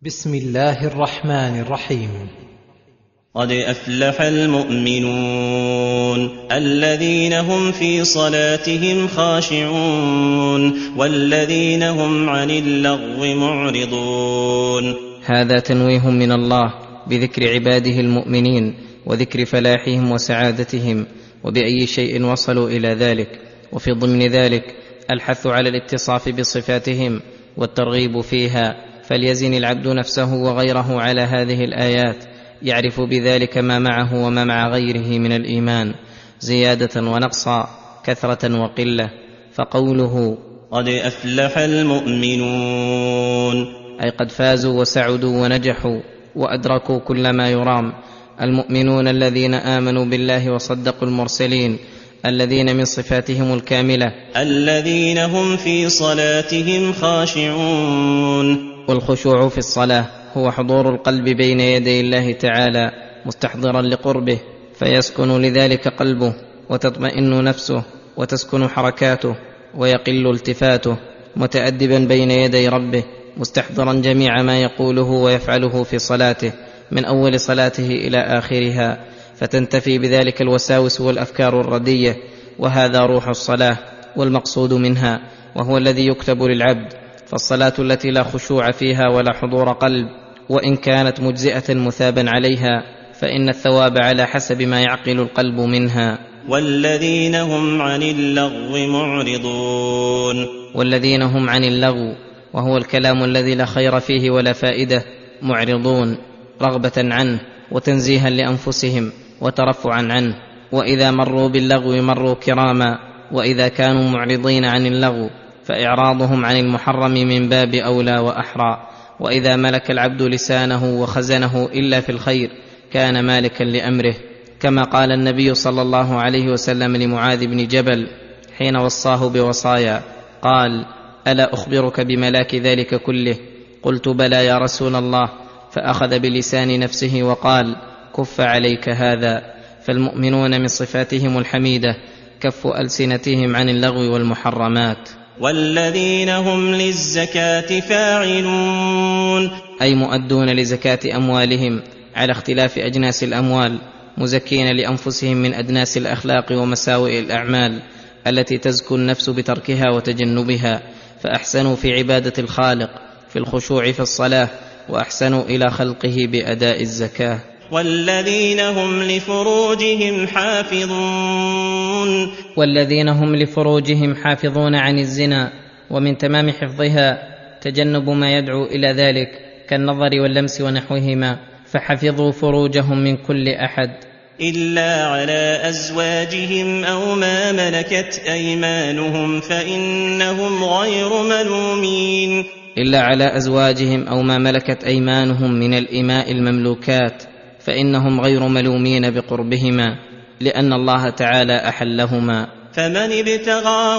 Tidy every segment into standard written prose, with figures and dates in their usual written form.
بسم الله الرحمن الرحيم. قد أفلح المؤمنون الذين هم في صلاتهم خاشعون والذين هم عن اللغو معرضون. هذا تنويه من الله بذكر عباده المؤمنين وذكر فلاحهم وسعادتهم وبأي شيء وصلوا إلى ذلك، وفي ضمن ذلك الحث على الاتصاف بصفاتهم والترغيب فيها، فليزن العبد نفسه وغيره على هذه الآيات، يعرف بذلك ما معه وما مع غيره من الإيمان زيادة ونقصا، كثرة وقلة. فقوله قد أفلح المؤمنون أي قد فازوا وسعدوا ونجحوا وأدركوا كل ما يرام. المؤمنون الذين آمنوا بالله وصدقوا المرسلين، الذين من صفاتهم الكاملة الذين هم في صلاتهم خاشعون. والخشوع في الصلاة هو حضور القلب بين يدي الله تعالى مستحضرا لقربه، فيسكن لذلك قلبه وتطمئن نفسه وتسكن حركاته ويقل التفاته، متأدبا بين يدي ربه مستحضرا جميع ما يقوله ويفعله في صلاته من أول صلاته إلى آخرها، فتنتفي بذلك الوساوس والأفكار الردية. وهذا روح الصلاة والمقصود منها، وهو الذي يكتب للعبد. فالصلاة التي لا خشوع فيها ولا حضور قلب، وإن كانت مجزئة مثابا عليها، فإن الثواب على حسب ما يعقل القلب منها. والذين هم عن اللغو معرضون. والذين هم عن اللغو، وهو الكلام الذي لا خير فيه ولا فائدة، معرضون رغبة عنه وتنزيها لأنفسهم وترفعا عنه. وإذا مروا باللغو مروا كراما، وإذا كانوا معرضين عن اللغو فإعراضهم عن المحرم من باب أولى وأحرى. وإذا ملك العبد لسانه وخزنه إلا في الخير كان مالكا لأمره، كما قال النبي صلى الله عليه وسلم لمعاذ بن جبل حين وصاه بوصايا، قال: ألا أخبرك بملاك ذلك كله؟ قلت: بلى يا رسول الله. فأخذ بلسان نفسه وقال: كف عليك هذا. فالمؤمنون من صفاتهم الحميدة كف ألسنتهم عن اللغو والمحرمات. والذين هم للزكاة فاعلون أي مؤدون لزكاة أموالهم على اختلاف أجناس الأموال، مزكين لأنفسهم من أدناس الأخلاق ومساوئ الأعمال التي تزكو النفس بتركها وتجنبها، فأحسنوا في عبادة الخالق في الخشوع في الصلاة، وأحسنوا إلى خلقه بأداء الزكاة. والذين هم لفروجهم حافظون. والذين هم لفروجهم حافظون عن الزنا، ومن تمام حفظها تجنب ما يدعو إلى ذلك كالنظر واللمس ونحوهما، فحفظوا فروجهم من كل أحد إلا على أزواجهم أو ما ملكت أيمانهم فإنهم غير ملومين. إلا على أزواجهم أو ما ملكت أيمانهم من الإماء المملوكات، فإنهم غير ملومين بقربهما، لأن الله تعالى أحلهما. فمن ابتغى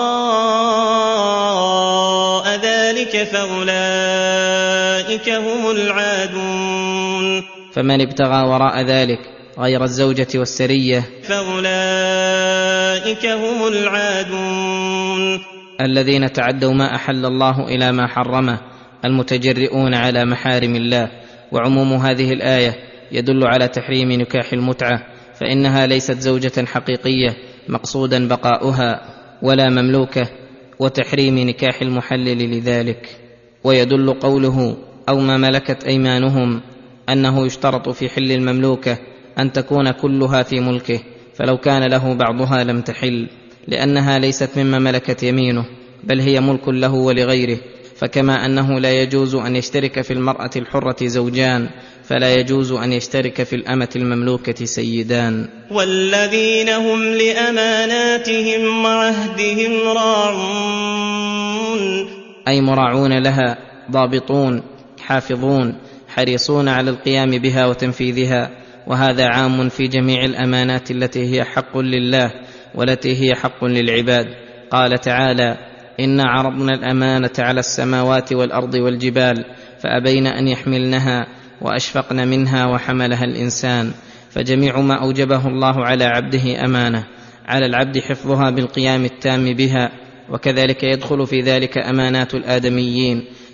وراء ذلك فأولئك هم العادون. فمن ابتغى وراء ذلك غير الزوجة والسرية فأولئك هم العادون. الذين تعدوا ما أحل الله إلى ما حرمه، المتجرئون على محارم الله. وعموم هذه الآية يدل على تحريم نكاح المتعة، فإنها ليست زوجة حقيقية مقصودا بقاؤها ولا مملوكة، وتحريم نكاح المحلل لذلك. ويدل قوله أو ما ملكت أيمانهم أنه يشترط في حل المملوكة أن تكون كلها في ملكه، فلو كان له بعضها لم تحل، لأنها ليست مما ملكت يمينه، بل هي ملك له ولغيره. فكما أنه لا يجوز أن يشترك في المرأة الحرة زوجان، فلا يجوز أن يشترك في الأمة المملوكة سيدان. والذين هم لأماناتهم وعهدهم راعون. أي مراعون لها، ضابطون، حافظون، حريصون على القيام بها وتنفيذها. وهذا عام في جميع الأمانات التي هي حق لله والتي هي حق للعباد. قال تعالى: إنا عرضنا الأمانة على السماوات والأرض والجبال فأبين أن يحملنها وأشفقن منها وحملها الإنسان. فجميع ما أوجبه الله على عبده أمانة، على العبد حفظها بالقيام التام بها. وكذلك يدخل في ذلك أمانات الآدميين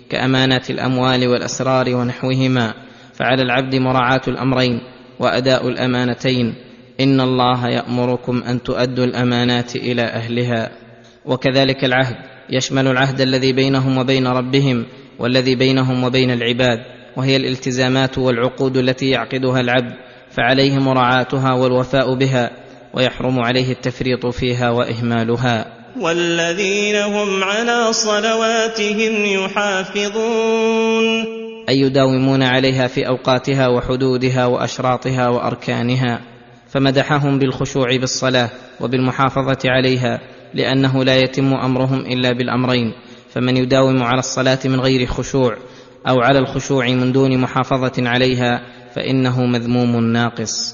كأمانات الأموال والأسرار ونحوهما، فعلى العبد مراعاة الأمرين وأداء الأمانتين. إن الله يأمركم أن تؤدوا الأمانات إلى أهلها. وكذلك العهد يشمل العهد الذي بينهم وبين ربهم والذي بينهم وبين العباد، وهي الالتزامات والعقود التي يعقدها العبد، فعليه مراعاتها والوفاء بها، ويحرم عليه التفريط فيها وإهمالها. والذين هم على صلواتهم يحافظون، أي يداومون عليها في أوقاتها وحدودها وأشراطها وأركانها، فمدحهم بالخشوع بالصلاة وبالمحافظة عليها، لأنه لا يتم أمرهم إلا بالأمرين، فمن يداوم على الصلاة من غير خشوع أو على الخشوع من دون محافظة عليها فإنه مذموم ناقص.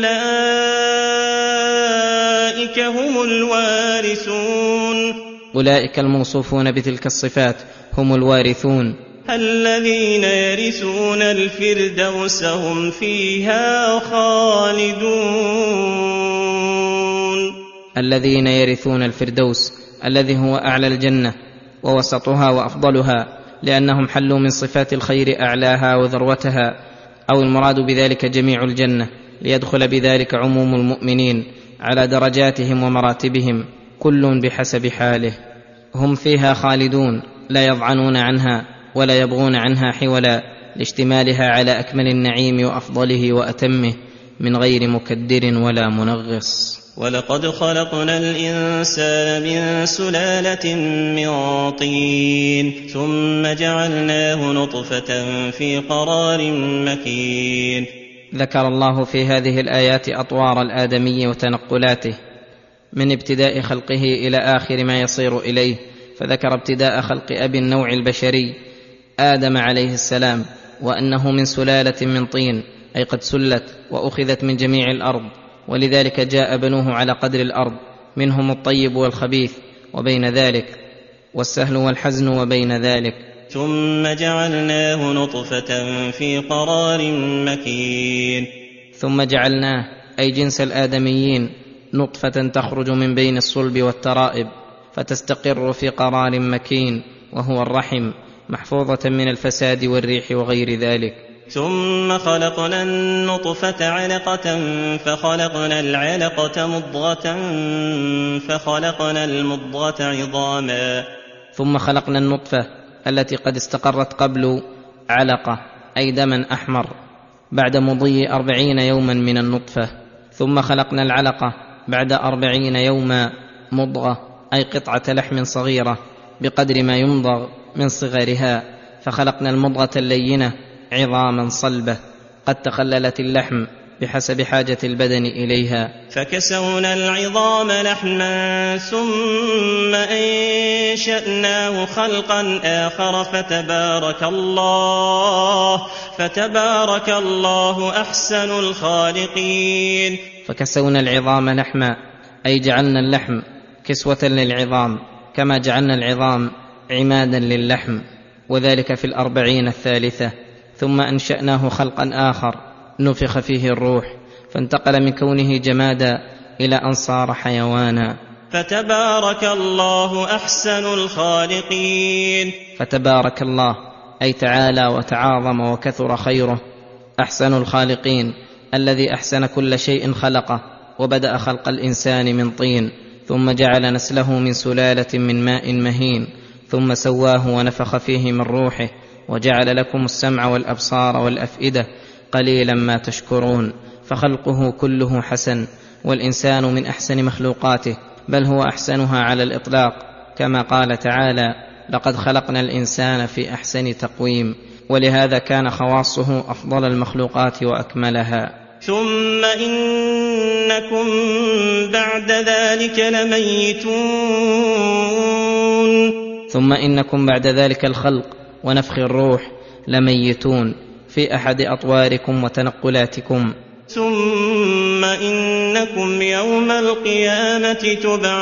أولئك هم الوارثون، أولئك الموصوفون بتلك الصفات هم الوارثون الذين يرثون الفردوس هم فيها خالدون. الذين يرثون الفردوس الذي هو أعلى الجنة ووسطها وأفضلها، لأنهم حلوا من صفات الخير أعلاها وذروتها، أو المراد بذلك جميع الجنة، ليدخل بذلك عموم المؤمنين على درجاتهم ومراتبهم كل بحسب حاله. هم فيها خالدون لا يضعنون عنها ولا يبغون عنها حولا، لاشتمالها على أكمل النعيم وأفضله وأتمه من غير مكدر ولا منغص. ولقد خلقنا الإنسان من سلالة من طين ثم جعلناه نطفة في قرار مكين. ذكر الله في هذه الآيات أطوار الآدمي وتنقلاته من ابتداء خلقه إلى آخر ما يصير إليه، فذكر ابتداء خلق أبي النوع البشري آدم عليه السلام، وأنه من سلالة من طين، أي قد سلت وأخذت من جميع الأرض، ولذلك جاء بنوه على قدر الأرض، منهم الطيب والخبيث وبين ذلك، والسهل والحزن وبين ذلك. ثم جعلناه نطفة في قرار مكين. ثم جعلناه أي جنس الآدميين نطفة تخرج من بين الصلب والترائب، فتستقر في قرار مكين وهو الرحم، محفوظة من الفساد والريح وغير ذلك. ثم خلقنا النطفة علقة فخلقنا العلقة مضغة فخلقنا المضغة عظاما. ثم خلقنا النطفة التي قد استقرت قبل علقة أي دما أحمر بعد مضي 40 يوما من النطفة، ثم خلقنا العلقة بعد 40 يوما مضغة أي قطعة لحم صغيرة بقدر ما يمضغ من صغرها، فخلقنا المضغة اللينة عظاما صلبة قد تخللت اللحم بحسب حاجة البدن إليها، فكسونا العظام لحما ثم أنشأناه خلقا آخر فتبارك الله أحسن الخالقين. فكسونا العظام لحما أي جعلنا اللحم كسوة للعظام، كما جعلنا العظام عمادا للحم، وذلك في 40 الثالثة. ثم أنشأناه خلقا آخر نفخ فيه الروح، فانتقل من كونه جمادا إلى أن صار حيوانا. فتبارك الله أحسن الخالقين. فتبارك الله أي تعالى وتعاظم وكثر خيره، أحسن الخالقين الذي أحسن كل شيء خلقه، وبدأ خلق الإنسان من طين، ثم جعل نسله من سلالة من ماء مهين، ثم سواه ونفخ فيه من روحه، وجعل لكم السمع والأبصار والأفئدة، قليلا ما تشكرون. فخلقه كله حسن، والإنسان من أحسن مخلوقاته، بل هو أحسنها على الإطلاق، كما قال تعالى: لقد خلقنا الإنسان في أحسن تقويم. ولهذا كان خواصه أفضل المخلوقات وأكملها. ثم إنكم بعد ذلك لميتون. ثم إنكم بعد ذلك الخلق ونفخ الروح لميتون في أحد أطواركم وتنقلاتكم. ثم إنكم يوم القيامة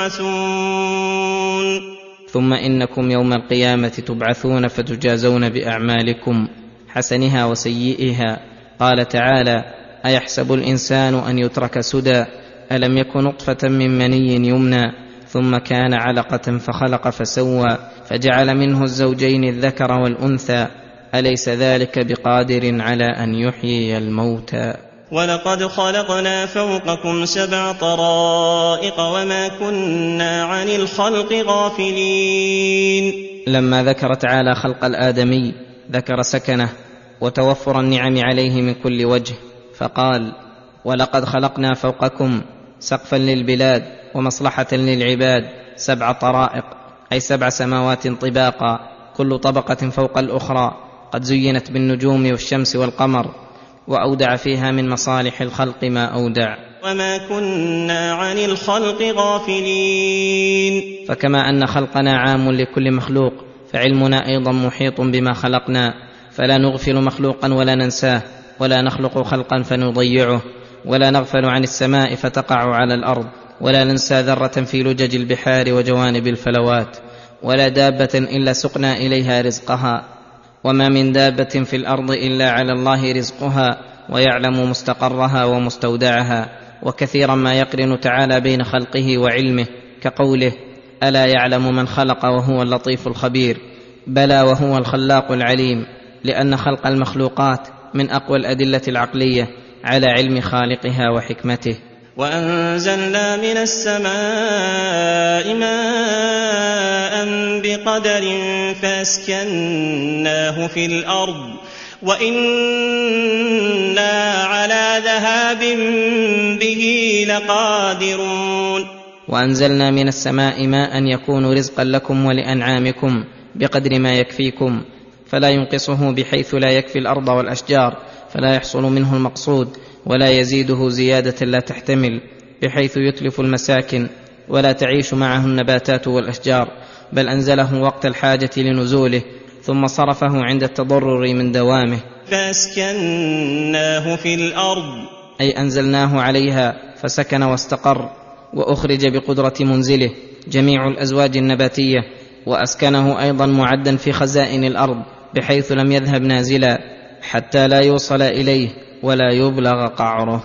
تبعثون. ثم إنكم يوم القيامة تبعثون فتجازون بأعمالكم حسنها وسيئها. قال تعالى: أيحسب الإنسان أن يترك سدى، ألم يك نطفة من مني يمنى ثم كان علقة فخلق فسوى فجعل منه الزوجين الذكر والأنثى، أليس ذلك بقادر على أن يحيي الموتى؟ ولقد خلقنا فوقكم 7 طرائق وما كنا عن الخلق غافلين. لما ذكر تعالى خلق الآدمي ذكر سكنه وتوفر النعم عليه من كل وجه، فقال: ولقد خلقنا فوقكم سقفا للبلاد ومصلحة للعباد 7 طرائق، أي 7 سماوات طباقا، كل طبقة فوق الأخرى، قد زينت بالنجوم والشمس والقمر، وأودع فيها من مصالح الخلق ما أودع. وما كنا عن الخلق غافلين. فكما أن خلقنا عام لكل مخلوق، فعلمنا أيضا محيط بما خلقنا، فلا نغفل مخلوقا ولا ننساه، ولا نخلق خلقا فنضيعه، ولا نغفل عن السماء فتقع على الأرض، ولا ننسى ذرة في لجج البحار وجوانب الفلوات، ولا دابة إلا سقنا إليها رزقها. وما من دابة في الأرض إلا على الله رزقها ويعلم مستقرها ومستودعها. وكثيرا ما يقرن تعالى بين خلقه وعلمه، كقوله: ألا يعلم من خلق وهو اللطيف الخبير. بلى وهو الخلاق العليم، لأن خلق المخلوقات من أقوى الأدلة العقلية على علم خالقها وحكمته. وأنزلنا من السماء ماء بقدر فأسكناه في الأرض وإنا على ذهاب به لقادرون. وأنزلنا من السماء ماء يكون رزقا لكم ولأنعامكم بقدر ما يكفيكم، فلا ينقصه بحيث لا يكفي الأرض والأشجار، فلا يحصل منه المقصود، ولا يزيده زيادة لا تحتمل، بحيث يتلف المساكن ولا تعيش معه النباتات والأشجار، بل أنزله وقت الحاجة لنزوله، ثم صرفه عند التضرر من دوامه. فأسكناه في الأرض، أي أنزلناه عليها فسكن واستقر، وأخرج بقدرة منزله جميع الأزواج النباتية، وأسكنه أيضا معدا في خزائن الأرض، بحيث لم يذهب نازلا حتى لا يوصل إليه ولا يبلغ قعره.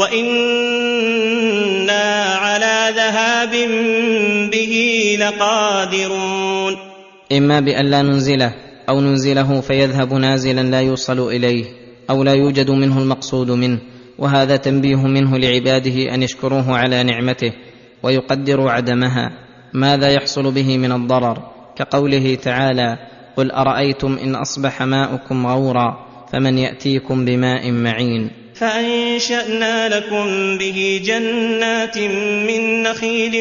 وإنا على ذهاب به لقادرون. إما بأن لا ننزله، أو ننزله فيذهب نازلا لا يوصل إليه، أو لا يوجد منه المقصود منه، وهذا تنبيه منه لعباده أن يشكروه على نعمته ويقدروا عدمها، ماذا يحصل به من الضرر، كقوله تعالى: قل أرأيتم إن أصبح ماؤكم غورا فمن يأتيكم بماء معين. فأنشأنا لكم به جنات من نخيل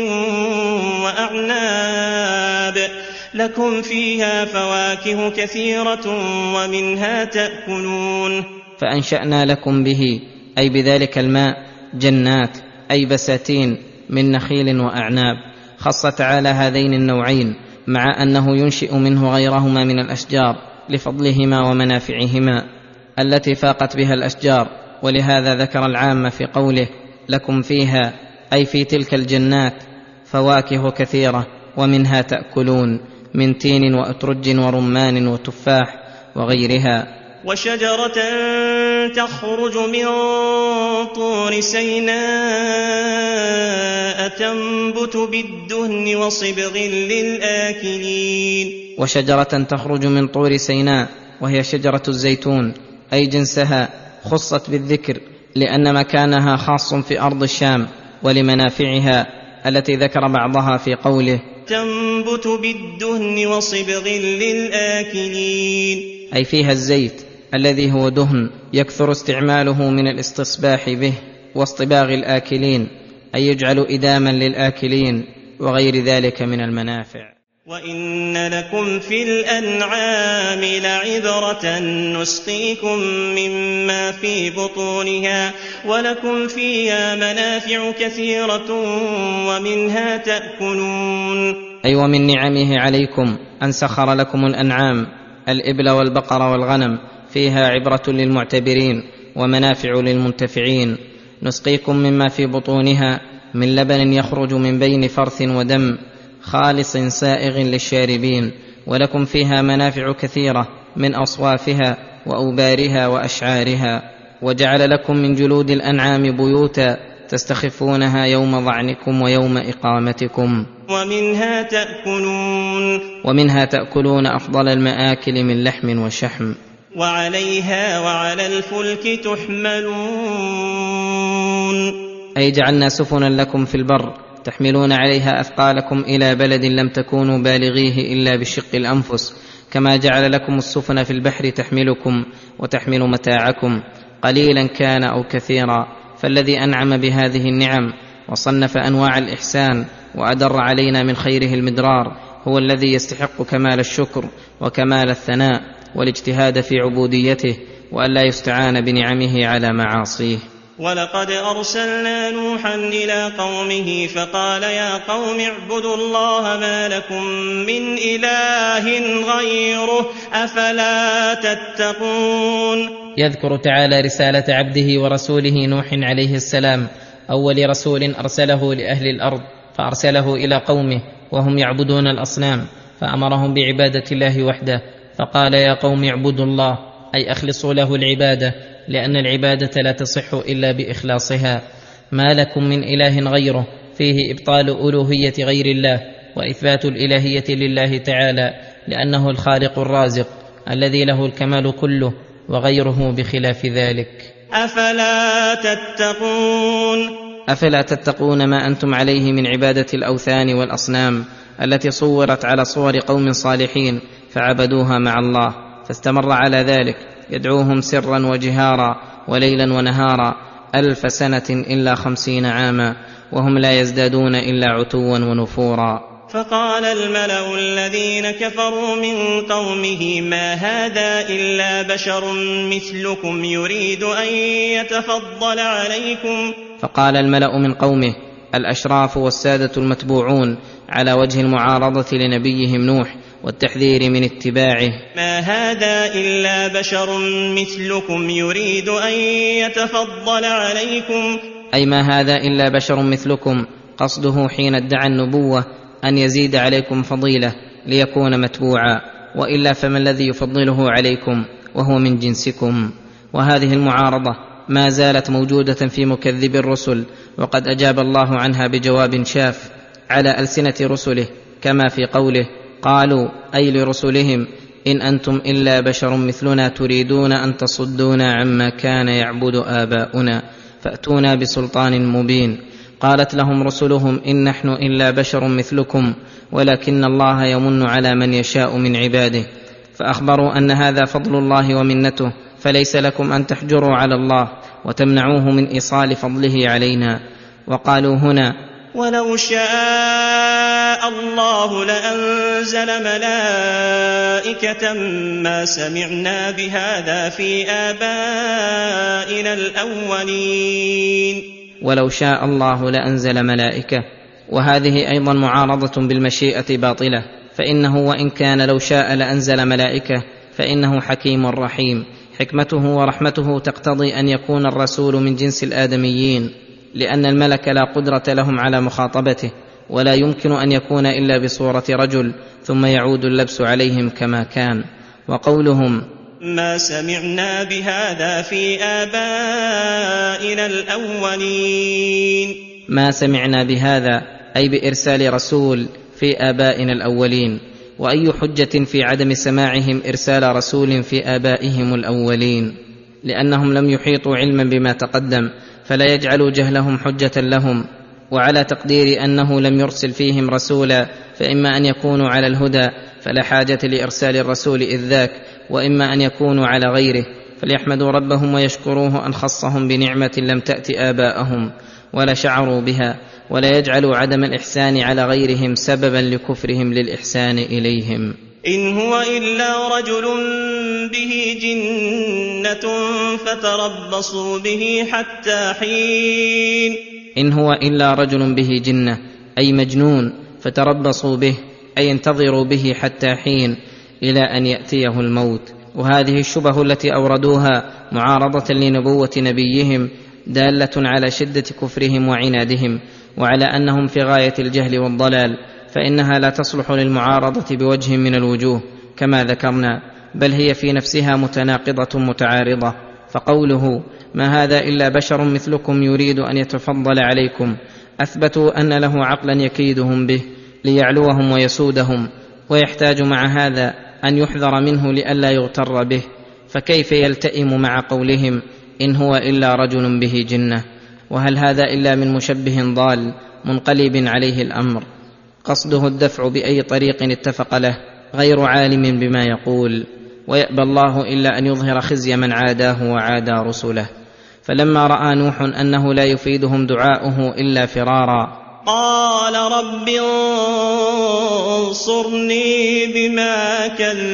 وأعناب لكم فيها فواكه كثيرة ومنها تأكلون. فأنشأنا لكم به، أي بذلك الماء، جنات، أي بساتين من نخيل وأعناب. خص تعالى هذين النوعين، مع أنه ينشئ منه غيرهما من الأشجار لفضلهما ومنافعهما التي فاقت بها الأشجار، ولهذا ذكر العام في قوله: لكم فيها، أي في تلك الجنات، فواكه كثيرة ومنها تأكلون، من تين وأترج ورمان وتفاح وغيرها. وشجرة تخرج من طور سيناء تنبت بالدهن وصبغ للآكلين. وشجرة تخرج من طور سيناء، وهي شجرة الزيتون، أي جنسها، خصت بالذكر لأن مكانها خاص في أرض الشام، ولمنافعها التي ذكر بعضها في قوله: تنبت بالدهن وصبغ للآكلين، أي فيها الزيت الذي هو دهن يكثر استعماله من الاستصباح به، واصطباغ الآكلين، أي يجعل إداما للآكلين، وغير ذلك من المنافع. وإن لكم في الأنعام لعبرة نسقيكم مما في بطونها ولكم فيها منافع كثيرة ومنها تأكلون. أي ومن نعمه عليكم أن سخر لكم الأنعام، الإبل والبقر والغنم، فيها عبرة للمعتبرين ومنافع للمنتفعين. نسقيكم مما في بطونها من لبن يخرج من بين فرث ودم خالص سائغ للشاربين، ولكم فيها منافع كثيرة من أصوافها وأوبارها وأشعارها. وجعل لكم من جلود الأنعام بيوتا تستخفونها يوم ظعنكم ويوم إقامتكم. ومنها تأكلون أفضل المآكل من لحم وشحم. وعليها وعلى الفلك تحملون. أي جعلنا سفنا لكم في البر تحملون عليها أثقالكم إلى بلد لم تكونوا بالغيه إلا بشق الأنفس، كما جعل لكم السفن في البحر تحملكم وتحمل متاعكم قليلا كان أو كثيرا. فالذي أنعم بهذه النعم وصنف أنواع الإحسان وأدر علينا من خيره المدرار هو الذي يستحق كمال الشكر وكمال الثناء والاجتهاد في عبوديته، وألا يستعان بنعمه على معاصيه. ولقد أرسلنا نوحا إلى قومه فقال يا قوم اعبدوا الله ما لكم من إله غيره أفلا تتقون. يذكر تعالى رسالة عبده ورسوله نوح عليه السلام، أول رسول أرسله لأهل الأرض، فأرسله إلى قومه وهم يعبدون الأصنام، فأمرهم بعبادة الله وحده، فقال يا قوم اعبدوا الله، أي أخلصوا له العبادة، لأن العبادة لا تصح إلا بإخلاصها. ما لكم من إله غيره فيه إبطال ألوهية غير الله وإثبات الإلهية لله تعالى، لأنه الخالق الرازق الذي له الكمال كله، وغيره بخلاف ذلك. أفلا تتقون ما أنتم عليه من عبادة الأوثان والأصنام التي صورت على صور قوم صالحين فعبدوها مع الله، فاستمر على ذلك يدعوهم سرا وجهارا وليلا ونهارا 1000 سنة إلا 50 عاما، وهم لا يزدادون إلا عتوا ونفورا. فقال الملأ الذين كفروا من قومه ما هذا إلا بشر مثلكم يريد أن يتفضل عليكم. فقال الملأ من قومه الأشراف والسادة المتبوعون على وجه المعارضة لنبيهم نوح والتحذير من اتباعه، ما هذا إلا بشر مثلكم يريد أن يتفضل عليكم، أي ما هذا إلا بشر مثلكم، قصده حين ادعى النبوة أن يزيد عليكم فضيلة ليكون متبوعا، وإلا فما الذي يفضله عليكم وهو من جنسكم. وهذه المعارضة ما زالت موجودة في مكذب الرسل، وقد أجاب الله عنها بجواب شاف على ألسنة رسله، كما في قوله قالوا أي لرسلهم إن أنتم إلا بشر مثلنا تريدون أن تصدونا عما كان يعبد آباؤنا فأتونا بسلطان مبين. قالت لهم رسلهم إن نحن إلا بشر مثلكم ولكن الله يمن على من يشاء من عباده، فأخبروا أن هذا فضل الله ومنته، فليس لكم أن تحجروا على الله وتمنعوه من إيصال فضله علينا. وقالوا هنا ولو شاء الله لأنزل ملائكة ما سمعنا بهذا في آبائنا الأولين. ولو شاء الله لأنزل ملائكة، وهذه أيضا معارضة بالمشيئة باطلة، فإنه وإن كان لو شاء لأنزل ملائكة فإنه حكيم رحيم، حكمته ورحمته تقتضي أن يكون الرسول من جنس الآدميين، لأن الملك لا قدرة لهم على مخاطبته، ولا يمكن أن يكون إلا بصورة رجل ثم يعود اللبس عليهم كما كان. وقولهم ما سمعنا بهذا في آبائنا الأولين، ما سمعنا بهذا أي بإرسال رسول في آبائنا الأولين، وأي حجة في عدم سماعهم إرسال رسول في آبائهم الأولين، لأنهم لم يحيطوا علما بما تقدم، فلا يجعلوا جهلهم حجة لهم. وعلى تقدير أنه لم يرسل فيهم رسولا فإما أن يكونوا على الهدى فلا حاجة لإرسال الرسول إذ ذاك، وإما أن يكونوا على غيره فليحمدوا ربهم ويشكروه أن خصهم بنعمة لم تأت آباءهم ولا شعروا بها، ولا يجعلوا عدم الإحسان على غيرهم سببا لكفرهم للإحسان إليهم. إن هو إلا رجل به جنة فتربصوا به حتى حين. إن هو إلا رجل به جنة أي مجنون، فتربصوا به أي انتظروا به حتى حين، إلى أن يأتيه الموت. وهذه الشبه التي أوردوها معارضة لنبوة نبيهم دالة على شدة كفرهم وعنادهم، وعلى أنهم في غاية الجهل والضلال، فإنها لا تصلح للمعارضة بوجه من الوجوه كما ذكرنا، بل هي في نفسها متناقضة متعارضة. فقوله ما هذا إلا بشر مثلكم يريد أن يتفضل عليكم، أثبتوا أن له عقلا يكيدهم به، ليعلوهم ويسودهم، ويحتاج مع هذا أن يحذر منه لئلا يغتر به، فكيف يلتئم مع قولهم إن هو إلا رجل به جنة؟ وهل هذا إلا من مشبه ضال منقلب عليه الأمر قصده الدفع بأي طريق اتفق له، غير عالم بما يقول، ويأبى الله إلا أن يظهر خزي من عاداه وعادى رسله. فلما رأى نوح أنه لا يفيدهم دعاؤه إلا فرارا قال رب انصرني بما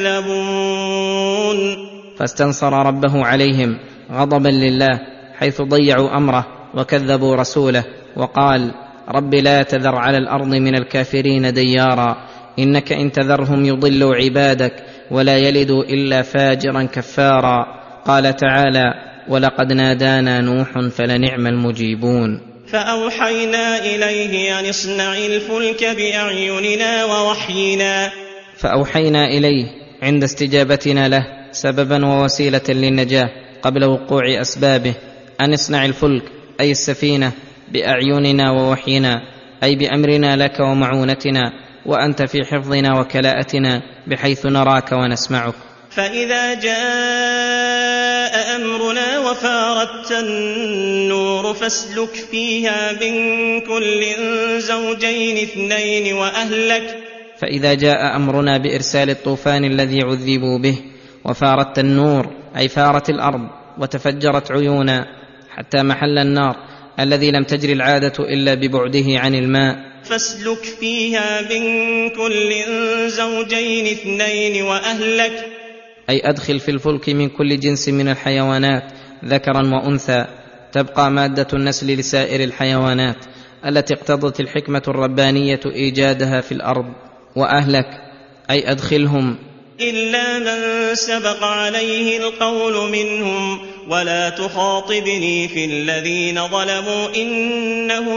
كذبون، فاستنصر ربه عليهم غضبا لله حيث ضيعوا أمره وكذبوا رسوله، وقال رب لا تذر على الأرض من الكافرين ديارا، إنك إن تذرهم يضلوا عبادك ولا يلدوا إلا فاجرا كفارا. قال تعالى ولقد نادانا نوح فلنعم المجيبون. فأوحينا إليه أن اصنع الفلك بأعيننا ووحينا، فأوحينا إليه عند استجابتنا له سببا ووسيلة للنجاة قبل وقوع أسبابه أن اصنع الفلك أي السفينة بأعيننا ووحينا، أي بأمرنا لك ومعونتنا، وأنت في حفظنا وكلاءتنا بحيث نراك ونسمعك. فإذا جاء أمرنا وفاردت النور فاسلك فيها من كل زوجين اثنين وأهلك. فإذا جاء أمرنا بإرسال الطوفان الذي عذبوا به، وفاردت النور أي فارت الأرض وتفجرت عيونا حتى محل النار الذي لم تجري العادة إلا ببعده عن الماء، فاسلك فيها من كل زوجين اثنين وأهلك، أي أدخل في الفلك من كل جنس من الحيوانات ذكرا وأنثى، تبقى مادة النسل لسائر الحيوانات التي اقتضت الحكمة الربانية إيجادها في الأرض. وأهلك أي أدخلهم إلا من سبق عليه القول منهم ولا تخاطبني في الذين ظلموا إنهم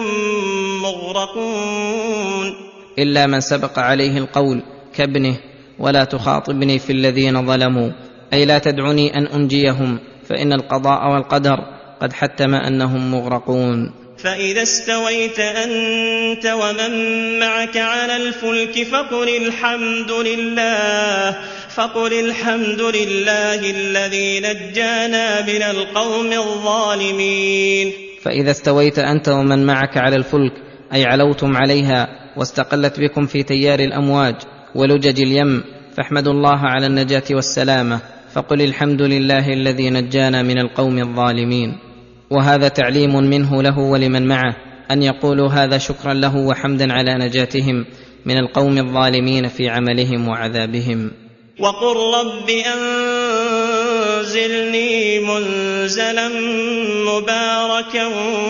مغرقون. إلا من سبق عليه القول كابنه ولا تخاطبني في الذين ظلموا، أي لا تدعني أن أنجيهم، فإن القضاء والقدر قد حتم أنهم مغرقون. فإذا استويت أنت ومن معك على الفلك فقل الحمد لله الذي نجانا من القوم الظالمين. فإذا استويت أنت ومن معك على الفلك أي علوتم عليها واستقلت بكم في تيار الأمواج ولجج اليم، فاحمدوا الله على النجاة والسلامة، فقل الحمد لله الذي نجانا من القوم الظالمين. وهذا تعليم منه له ولمن معه أن يقولوا هذا شكرا له وحمدا على نجاتهم من القوم الظالمين في عملهم وعذابهم. وقل رب أنزلني منزلا مباركا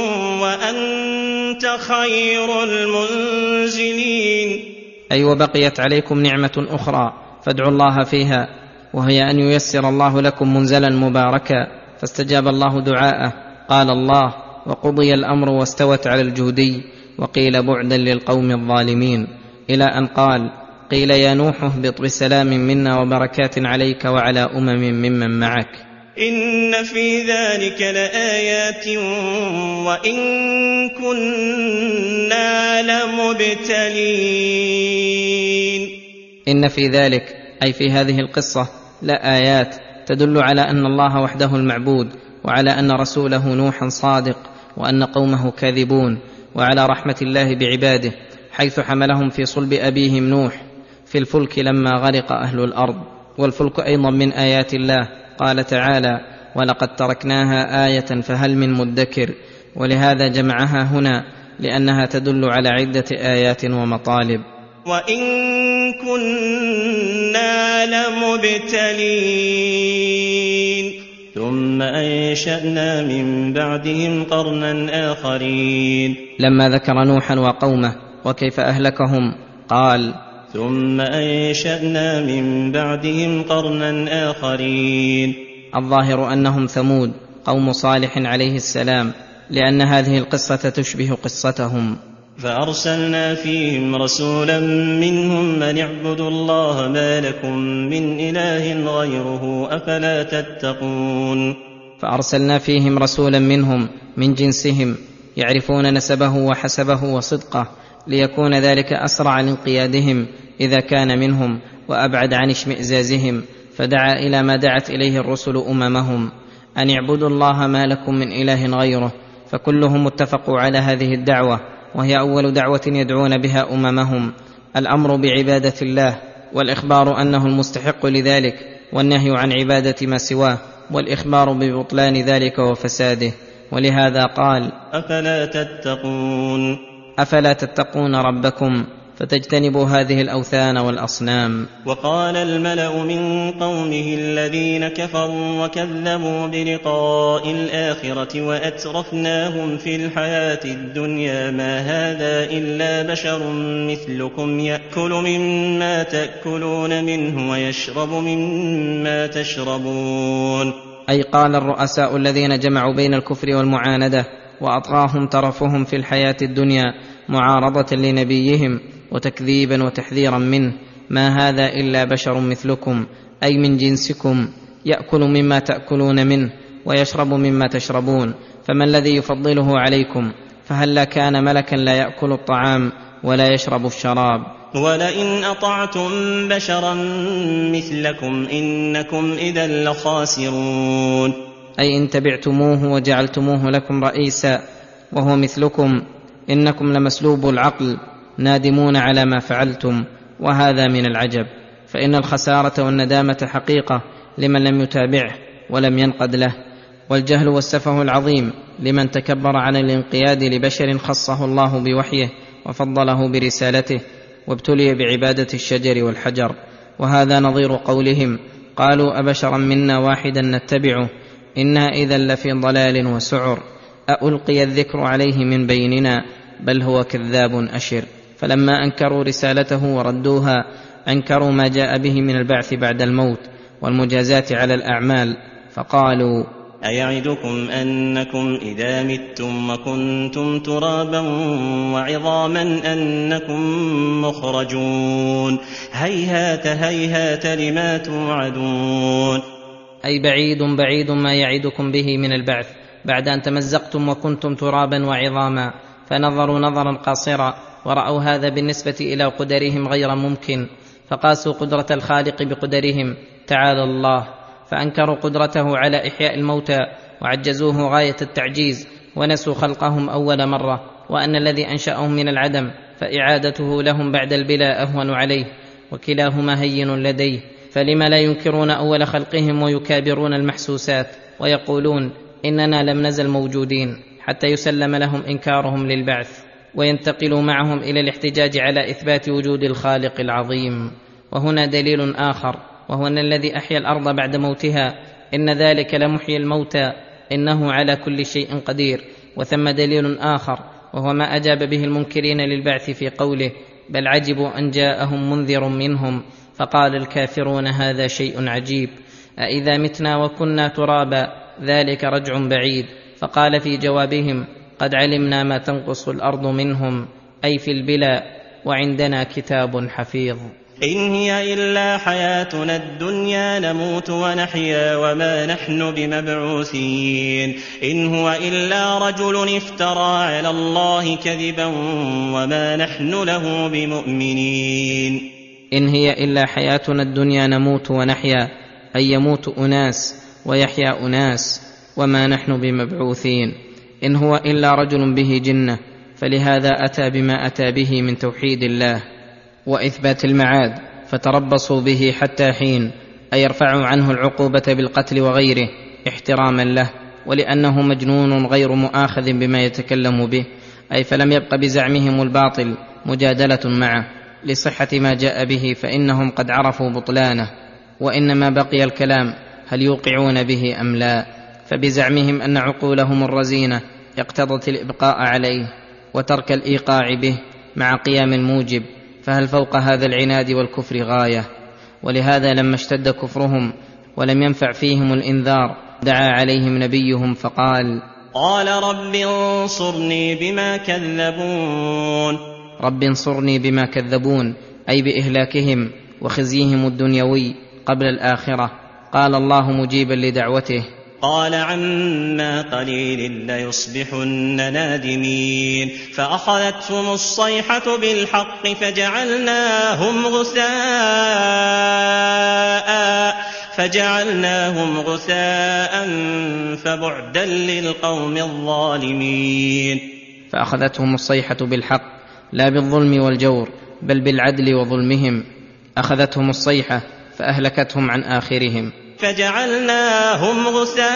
وأنت خير المنزلين. أي وبقيت عليكم نعمة أخرى فادعوا الله فيها، وهي أن ييسر الله لكم منزلا مباركا، فاستجاب الله دعاءه. قال الله وقضي الأمر واستوت على الجودي، وقيل بعدا للقوم الظالمين، إلى أن قال قيل يا نوح اهبط بسلام منا وبركات عليك وعلى ممن معك. إن في ذلك لآيات وإن كنا لمبتلين. إن في ذلك أي في هذه القصة لآيات تدل على أن الله وحده المعبود، وعلى أن رسوله نوحا صادق، وأن قومه كاذبون، وعلى رحمة الله بعباده حيث حملهم في صلب أبيهم نوح في الفلك لما غرق أهل الأرض. والفلك أيضا من آيات الله، قال تعالى ولقد تركناها آية فهل من مدكر، ولهذا جمعها هنا لأنها تدل على عدة آيات ومطالب. وإن كنا لمبتلين ثم أنشأنا من بعدهم قرنا آخرين. لما ذكر نوحا وقومه وكيف أهلكهم قال ثم أنشأنا من بعدهم قرنا آخرين. الظاهر أنهم ثمود قوم صالح عليه السلام، لأن هذه القصة تشبه قصتهم. فأرسلنا فيهم رسولا منهم أن اعبدوا الله ما لكم من إله غيره أفلا تتقون. فأرسلنا فيهم رسولا منهم من جنسهم يعرفون نسبه وحسبه وصدقه، ليكون ذلك أسرع لانقيادهم إذا كان منهم، وأبعد عن اشمئزازهم، فدعا إلى ما دعت إليه الرسل أممهم: أن اعبدوا الله ما لكم من إله غيره. فكلهم اتفقوا على هذه الدعوة، وهي أول دعوة يدعون بها أممهم: الأمر بعبادة الله، والإخبار أنه المستحق لذلك، والنهي عن عبادة ما سواه، والإخبار ببطلان ذلك وفساده. ولهذا قال: أفلا تتقون ربكم فتجتنبوا هذه الأوثان والأصنام. وقال الملأ من قومه الذين كفروا وكذبوا بلقاء الآخرة وأترفناهم في الحياة الدنيا: ما هذا إلا بشر مثلكم يأكل مما تأكلون منه ويشرب مما تشربون. أي قال الرؤساء الذين جمعوا بين الكفر والمعاندة وأطغاهم ترفهم في الحياة الدنيا معارضة لنبيهم وتكذيبا وتحذيرا منه: ما هذا إلا بشر مثلكم، أي من جنسكم، يأكل مما تأكلون منه ويشرب مما تشربون، فما الذي يفضله عليكم؟ فهلا كان ملكا لا يأكل الطعام ولا يشرب الشراب. ولئن أطعتم بشرا مثلكم إنكم إذا لخاسرون. أي إن تبعتموه وجعلتموه لكم رئيسا وهو مثلكم إنكم لمسلوب العقل نادمون على ما فعلتم. وهذا من العجب، فإن الخسارة والندامة حقيقة لمن لم يتابعه ولم ينقد له، والجهل والسفه العظيم لمن تكبر عن الانقياد لبشر خصه الله بوحيه وفضله برسالته وابتلي بعبادة الشجر والحجر. وهذا نظير قولهم: قالوا أبشرا منا واحدا نتبعه إنا إذا لفي ضلال وسعر، ألقي الذكر عليه من بيننا بل هو كذاب أشر. فلما أنكروا رسالته وردوها أنكروا ما جاء به من البعث بعد الموت والمجازات على الأعمال، فقالوا: أيعدكم أنكم إذا متم وكنتم ترابا وعظاما أنكم مخرجون، هيهات هيهات لما توعدون. أي بعيد بعيد ما يعدكم به من البعث بعد أن تمزقتم وكنتم ترابا وعظاما. فنظروا نظرا قاصرا ورأوا هذا بالنسبة إلى قدرهم غير ممكن، فقاسوا قدرة الخالق بقدرهم تعالى الله، فأنكروا قدرته على إحياء الموتى وعجزوه غاية التعجيز، ونسوا خلقهم أول مرة، وأن الذي أنشأهم من العدم فإعادته لهم بعد البلا أهون عليه، وكلاهما هين لديه. فلم لا ينكرون أول خلقهم ويكابرون المحسوسات ويقولون إننا لم نزل موجودين، حتى يسلم لهم إنكارهم للبعث وينتقلوا معهم إلى الاحتجاج على إثبات وجود الخالق العظيم. وهنا دليل آخر، وهو أن الذي أحيا الأرض بعد موتها إن ذلك لمحيي الموتى إنه على كل شيء قدير. وثم دليل آخر، وهو ما أجاب به المنكرين للبعث في قوله: بل عجبوا أن جاءهم منذر منهم فقال الكافرون هذا شيء عجيب، أإذا متنا وكنا ترابا ذلك رجع بعيد. فقال في جوابهم: قد علمنا ما تنقص الأرض منهم، أي في البلا، وعندنا كتاب حفيظ. إن هي إلا حياتنا الدنيا نموت ونحيا وما نحن بمبعوثين. إن هو إلا رجل افترى على الله كذبا وما نحن له بمؤمنين. إن هي إلا حياتنا الدنيا نموت ونحيا، أي يموت أناس ويحيا أناس، وما نحن بمبعوثين. إن هو إلا رجل به جنة، فلهذا أتى بما أتى به من توحيد الله وإثبات المعاد، فتربصوا به حتى حين، أي يرفعوا عنه العقوبة بالقتل وغيره احتراما له، ولأنه مجنون غير مؤاخذ بما يتكلم به، أي فلم يبق بزعمهم الباطل مجادلة معه لصحة ما جاء به، فإنهم قد عرفوا بطلانه، وإنما بقي الكلام هل يوقعون به أم لا. فبزعمهم أن عقولهم الرزينة اقتضت الإبقاء عليه وترك الإيقاع به مع قيام الموجب، فهل فوق هذا العناد والكفر غاية؟ ولهذا لما اشتد كفرهم ولم ينفع فيهم الإنذار دعا عليهم نبيهم فقال: قال رب انصرني بما كذبون. رب انصرني بما كذبون، أي بإهلاكهم وخزيهم الدنيوي قبل الآخرة. قال الله مجيبا لدعوته: قال عما قليل ليصبحن نادمين فأخذتهم الصيحة بالحق فجعلناهم غثاء فبعدا للقوم الظالمين. فأخذتهم الصيحة بالحق لا بالظلم والجور بل بالعدل وظلمهم، أخذتهم الصيحة فأهلكتهم عن آخرهم. فجعلناهم غثاء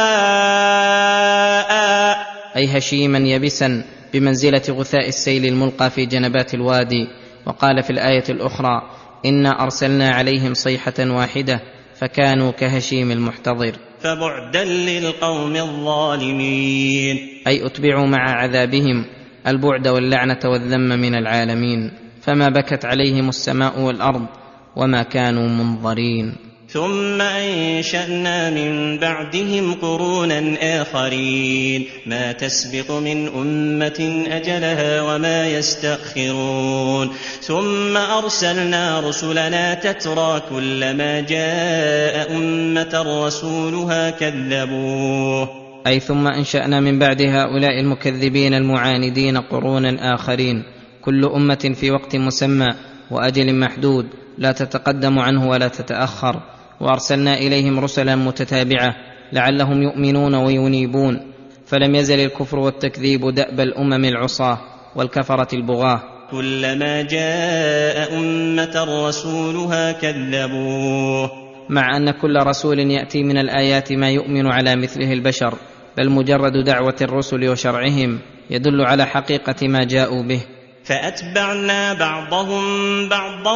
أي هشيما يبسا بمنزلة غثاء السيل الملقى في جنبات الوادي. وقال في الآية الأخرى إنا أرسلنا عليهم صيحة واحدة فكانوا كهشيم المحتضر. فبعدا للقوم الظالمين أي أتبعوا مع عذابهم البعد واللعنة والذم من العالمين، فما بكت عليهم السماء والأرض وما كانوا منظرين. ثم أنشأنا من بعدهم قرونا آخرين ما تسبق من أمة أجلها وما يستأخرون ثم أرسلنا رسلنا تترى كلما جاء أمة رسولها كذبوه. أي ثم أنشأنا من بعد هؤلاء المكذبين المعاندين قرونا آخرين، كل أمة في وقت مسمى وأجل محدود لا تتقدم عنه ولا تتأخر، وأرسلنا إليهم رسلا متتابعة لعلهم يؤمنون وينيبون، فلم يزل الكفر والتكذيب دأب الأمم العصاة والكفرة البغاة. كلما جاء أمة رسولها كذبوه، مع أن كل رسول يأتي من الآيات ما يؤمن على مثله البشر، بل مجرد دعوة الرسل وشرعهم يدل على حقيقة ما جاءوا به. فأتبعنا بعضهم بعضا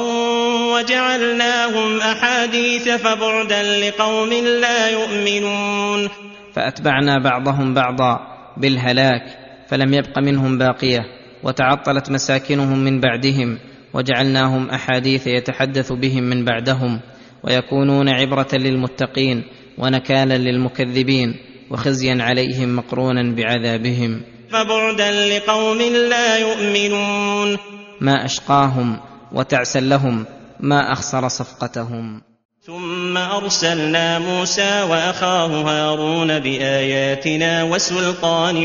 وجعلناهم أحاديث فبعدا لقوم لا يؤمنون. فأتبعنا بعضهم بعضا بالهلاك فلم يبق منهم باقية، وتعطلت مساكنهم من بعدهم، وجعلناهم أحاديث يتحدث بهم من بعدهم، ويكونون عبرة للمتقين ونكالا للمكذبين وخزيا عليهم مقرونا بعذابهم. فبعدا لقوم لا يؤمنون. ما أشقاهم وتعسا لهم، ما أخسر صفقتهم. ثم أرسلنا موسى وأخاه هارون بآياتنا وسلطان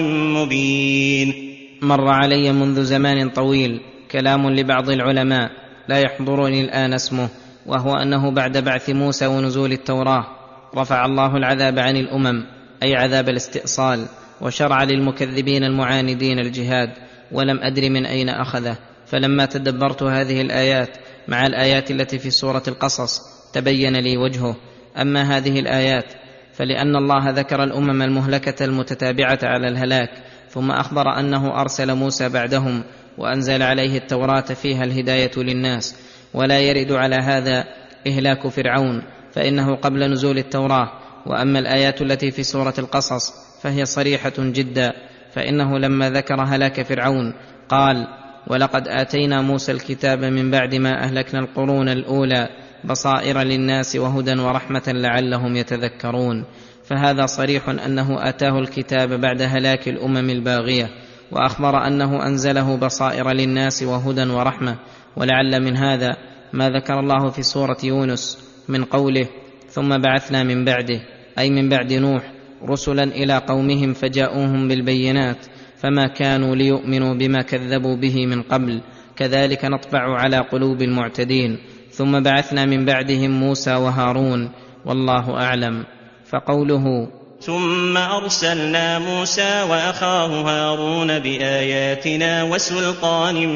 مبين. مر علي منذ زمان طويل كلام لبعض العلماء لا يحضرني الآن اسمه، وهو أنه بعد بعث موسى ونزول التوراة رفع الله العذاب عن الأمم، أي عذاب الاستئصال، وشرع للمكذبين المعاندين الجهاد، ولم أدر من أين أخذه. فلما تدبرت هذه الآيات مع الآيات التي في سورة القصص تبين لي وجهه. أما هذه الآيات فلأن الله ذكر الأمم المهلكة المتتابعة على الهلاك، ثم أخبر أنه أرسل موسى بعدهم وأنزل عليه التوراة فيها الهداية للناس، ولا يرد على هذا إهلاك فرعون فإنه قبل نزول التوراة. وأما الآيات التي في سورة القصص فهي صريحة جدا، فإنه لما ذكر هلاك فرعون قال: ولقد آتينا موسى الكتاب من بعد ما أهلكنا القرون الأولى بصائر للناس وهدى ورحمة لعلهم يتذكرون. فهذا صريح أنه آتاه الكتاب بعد هلاك الأمم الباغية، وأخبر أنه أنزله بصائر للناس وهدى ورحمة. ولعل من هذا ما ذكر الله في سورة يونس من قوله: ثم بعثنا من بعده، أي من بعد نوح، رسلا إلى قومهم فجاءوهم بالبينات فما كانوا ليؤمنوا بما كذبوا به من قبل، كذلك نطبع على قلوب المعتدين. ثم بعثنا من بعدهم موسى وهارون، والله أعلم. فقوله ثم أرسلنا موسى وأخاه هارون بآياتنا وسلطان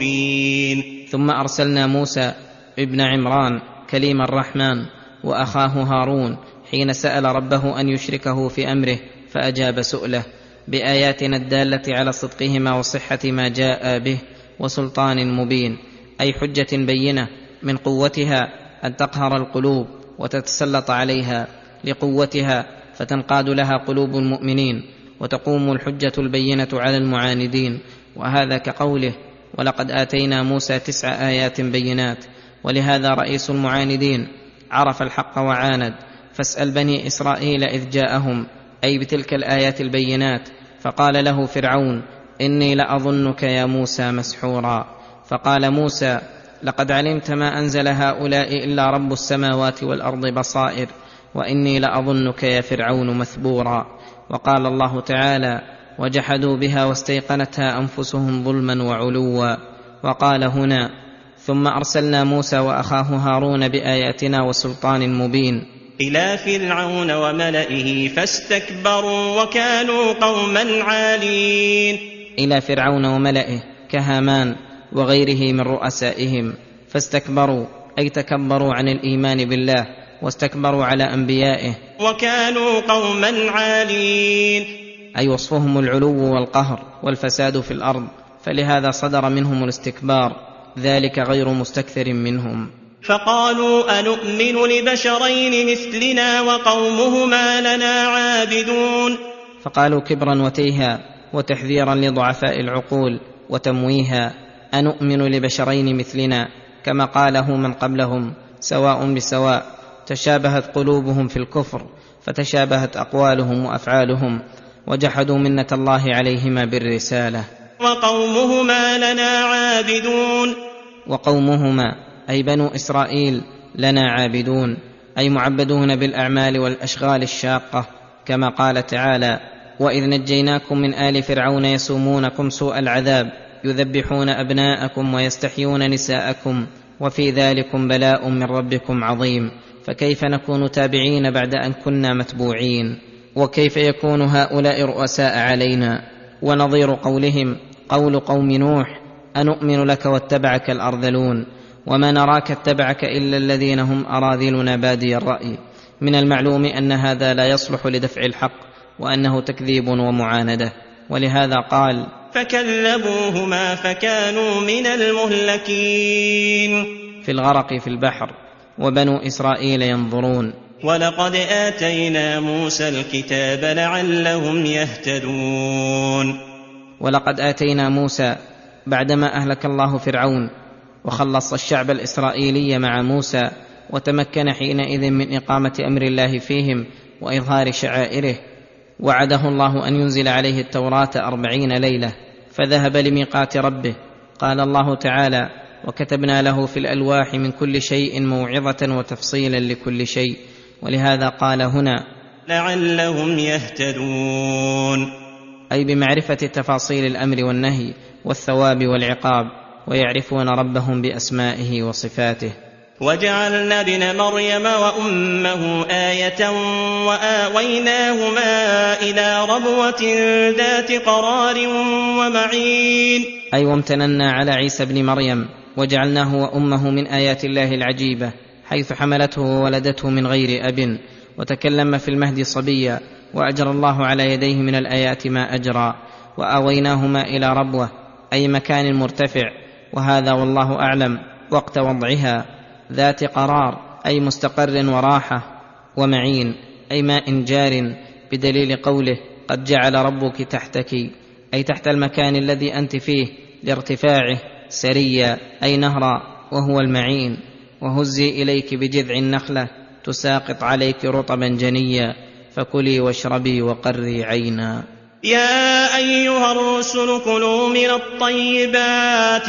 مبين. ثم أرسلنا موسى ابن عمران كليم الرحمن وأخاه هارون حين سأل ربه أن يشركه في أمره فأجاب سؤله بآياتنا الدالة على صدقهما وصحة ما جاء به، وسلطان مبين، أي حجة بينة من قوتها أن تقهر القلوب وتتسلط عليها لقوتها فتنقاد لها قلوب المؤمنين، وتقوم الحجة البينة على المعاندين. وهذا كقوله: ولقد آتينا موسى 9 آيات بينات. ولهذا رئيس المعاندين عرف الحق وعاند، فاسأل بني إسرائيل إذ جاءهم، أي بتلك الآيات البينات، فقال له فرعون: إني لأظنك يا موسى مسحورا. فقال موسى: لقد علمت ما أنزل هؤلاء إلا رب السماوات والأرض بصائر، وإني لأظنك يا فرعون مثبورا. وقال الله تعالى: وجحدوا بها واستيقنتها أنفسهم ظلما وعلوا. وقال هنا: ثم أرسلنا موسى وأخاه هارون بآياتنا وسلطان مبين إلى فرعون وملئه فاستكبروا وكانوا قوما عالين. إلى فرعون وملئه كهامان وغيره من رؤسائهم، فاستكبروا أي تكبروا عن الإيمان بالله واستكبروا على أنبيائه، وكانوا قوما عالين أي وصفهم العلو والقهر والفساد في الأرض، فلهذا صدر منهم الاستكبار، ذلك غير مستكثر منهم. فقالوا أنؤمن لبشرين مثلنا وقومهما لنا عابدون. فقالوا كبرا وتيها وتحذيرا لضعفاء العقول وتمويها: أنؤمن لبشرين مثلنا، كما قاله من قبلهم سواء بسواء، تشابهت قلوبهم في الكفر فتشابهت أقوالهم وأفعالهم، وجحدوا منة الله عليهما بالرسالة. وقومهما لنا عابدون. وقومهما أي بنو إسرائيل لنا عابدون، أي معبدون بالأعمال والأشغال الشاقة، كما قال تعالى: وإذ نجيناكم من آل فرعون يسومونكم سوء العذاب يذبحون أبناءكم ويستحيون نساءكم وفي ذلكم بلاء من ربكم عظيم. فكيف نكون تابعين بعد أن كنا متبوعين؟ وكيف يكون هؤلاء رؤساء علينا؟ ونظير قولهم قول قوم نوح: أنؤمن لك واتبعك الأرذلون، وما نراك اتبعك إلا الذين هم أراذلنا بادي الرأي. من المعلوم أن هذا لا يصلح لدفع الحق، وأنه تكذيب ومعاندة، ولهذا قال: فكذبوهما فكانوا من المهلكين. في الغرق في البحر، وبنو إسرائيل ينظرون. ولقد آتينا موسى الكتاب لعلهم يهتدون. ولقد آتينا موسى بعدما أهلك الله فرعون وخلص الشعب الإسرائيلي مع موسى، وتمكن حينئذ من إقامة أمر الله فيهم وإظهار شعائره، وعده الله أن ينزل عليه التوراة 40 ليلة، فذهب لميقات ربه. قال الله تعالى: وكتبنا له في الألواح من كل شيء موعظة وتفصيلا لكل شيء. ولهذا قال هنا: لعلهم يهتدون، أي بمعرفة تفاصيل الأمر والنهي والثواب والعقاب، ويعرفون ربهم بأسمائه وصفاته. وجعلنا ابن مريم وأمه آية وآويناهما إلى ربوة ذات قرار ومعين، أي وامتننا على عيسى ابن مريم وجعلناه وأمه من آيات الله العجيبة، حيث حملته وولدته من غير أب، وتكلم في المهد صبيا، وأجرى الله على يديه من الآيات ما أجرى. وآويناهما إلى ربوة أي مكان مرتفع، وهذا والله أعلم وقت وضعها، ذات قرار أي مستقر وراحة، ومعين أي ماء جار، بدليل قوله: قد جعل ربك تحتك، أي تحت المكان الذي أنت فيه لارتفاعه، سريا أي نهرا وهو المعين. وهزي إليك بجذع النخلة تساقط عليك رطبا جنيا، فكلي واشربي وقري عينا. يا أيها الرسل كلوا من الطيبات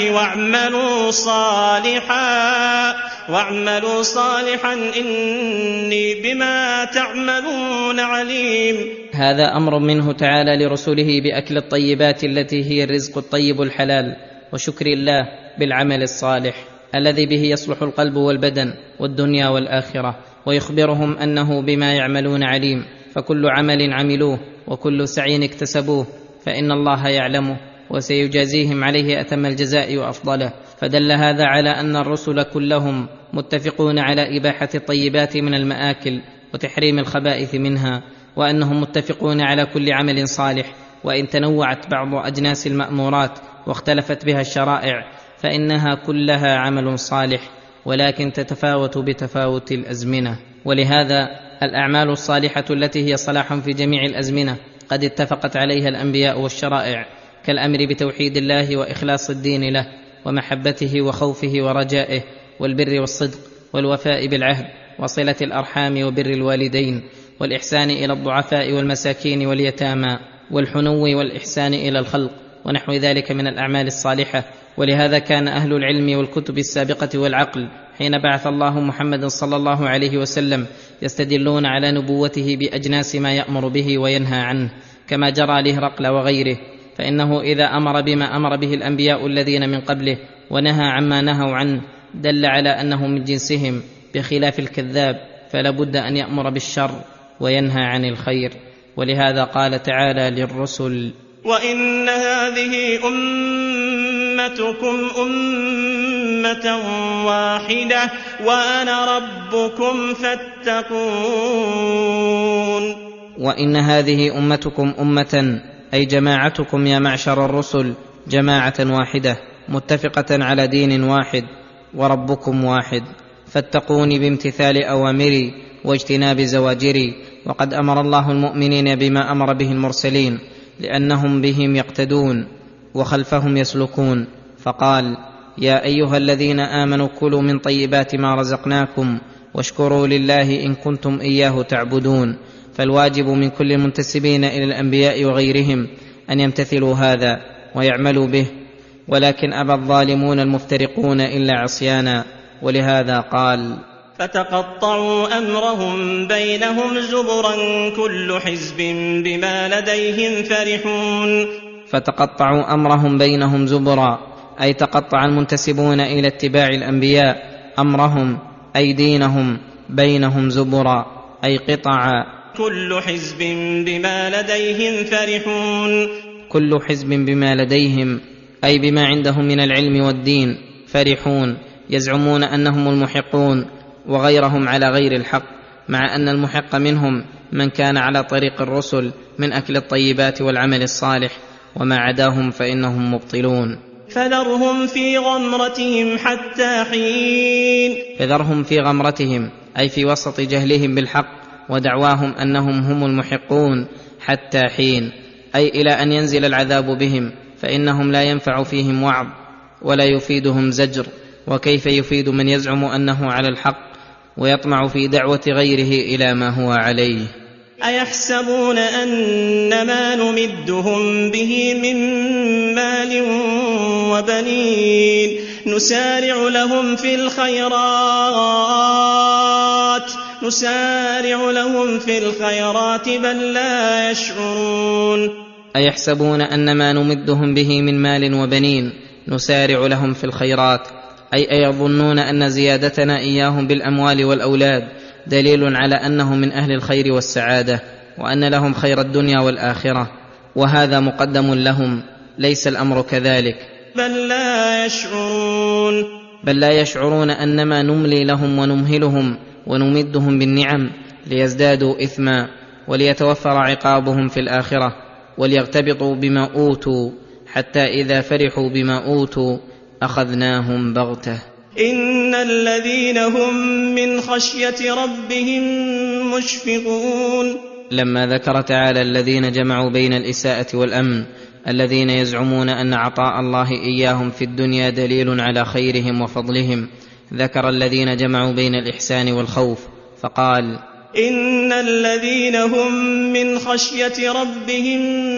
واعملوا صالحا إني بما تعملون عليم. هذا أمر منه تعالى لرسله بأكل الطيبات التي هي الرزق الطيب الحلال، وشكر الله بالعمل الصالح الذي به يصلح القلب والبدن والدنيا والآخرة، ويخبرهم أنه بما يعملون عليم، فكل عمل عملوه وكل سعي اكتسبوه فإن الله يعلمه وسيجازيهم عليه أتم الجزاء وأفضله. فدل هذا على أن الرسل كلهم متفقون على إباحة الطيبات من المآكل وتحريم الخبائث منها، وأنهم متفقون على كل عمل صالح، وإن تنوعت بعض أجناس المأمورات واختلفت بها الشرائع فإنها كلها عمل صالح، ولكن تتفاوت بتفاوت الأزمنة. ولهذا الأعمال الصالحة التي هي صلاح في جميع الأزمنة قد اتفقت عليها الأنبياء والشرائع، كالأمر بتوحيد الله وإخلاص الدين له ومحبته وخوفه ورجائه، والبر والصدق والوفاء بالعهد وصلة الأرحام وبر الوالدين، والإحسان إلى الضعفاء والمساكين واليتامى، والحنو والإحسان إلى الخلق، ونحو ذلك من الأعمال الصالحة. ولهذا كان أهل العلم والكتب السابقة والعقل حين بعث الله محمد صلى الله عليه وسلم يستدلون على نبوته بأجناس ما يأمر به وينهى عنه، كما جرى لهرقل وغيره، فإنه إذا أمر بما أمر به الأنبياء الذين من قبله ونهى عما نهوا عنه دل على أنه من جنسهم، بخلاف الكذاب فلا بد أن يأمر بالشر وينهى عن الخير. ولهذا قال تعالى للرسل: وإن هذه أمتكم أمة واحدة وأنا ربكم فاتقون. وإن هذه أمتكم أمة أي جماعتكم يا معشر الرسل جماعة واحدة متفقة على دين واحد وربكم واحد، فاتقوني بامتثال أوامري واجتناب زواجري. وقد أمر الله المؤمنين بما أمر به المرسلين لأنهم بهم يقتدون وخلفهم يسلكون، فقال: يا أيها الذين آمنوا كلوا من طيبات ما رزقناكم واشكروا لله إن كنتم إياه تعبدون. فالواجب من كل المنتسبين إلى الأنبياء وغيرهم أن يمتثلوا هذا ويعملوا به، ولكن أبى الظالمون المفترقون إلا عصيانا. ولهذا قال: فتقطعوا أمرهم بينهم زبرا كل حزب بما لديهم فرحون. فتقطعوا أمرهم بينهم زبرا أي تقطع المنتسبون إلى اتباع الأنبياء أمرهم أي دينهم بينهم زبرا أي قطعا. كل حزب بما لديهم فرحون. كل حزب بما لديهم أي بما عندهم من العلم والدين فرحون، يزعمون أنهم المحقون وغيرهم على غير الحق، مع أن المحق منهم من كان على طريق الرسل من أكل الطيبات والعمل الصالح، وما عداهم فإنهم مبطلون. فذرهم في غمرتهم حتى حين. فذرهم في غمرتهم أي في وسط جهلهم بالحق ودعواهم أنهم هم المحقون حتى حين، أي إلى أن ينزل العذاب بهم، فإنهم لا ينفع فيهم وعظ ولا يفيدهم زجر. وكيف يفيد من يزعم أنه على الحق ويطمع في دعوة غيره إلى ما هو عليه؟ أيحسبون أن ما نمدهم به من مال وبنين نسارع لهم في الخيرات بل لا يشعرون. أيحسبون أن ما نمدهم به من مال وبنين نسارع لهم في الخيرات، أي أيظنون أن زيادتنا إياهم بالأموال والأولاد دليل على أنهم من أهل الخير والسعادة، وأن لهم خير الدنيا والآخرة، وهذا مقدم لهم. ليس الأمر كذلك، بل لا يشعرون أن ما نملي لهم ونمهلهم ونمدهم بالنعم ليزدادوا إثما وليتوفر عقابهم في الآخرة، وليغتبطوا بما أوتوا، حتى إذا فرحوا بما أوتوا أخذناهم بغتة. إن الذين هم من خشية ربهم مشفقون. لما ذكر تعالى الذين جمعوا بين الإساءة والأمن، الذين يزعمون أن عطاء الله إياهم في الدنيا دليل على خيرهم وفضلهم، ذكر الذين جمعوا بين الإحسان والخوف فقال: إن الذين هم من خشية ربهم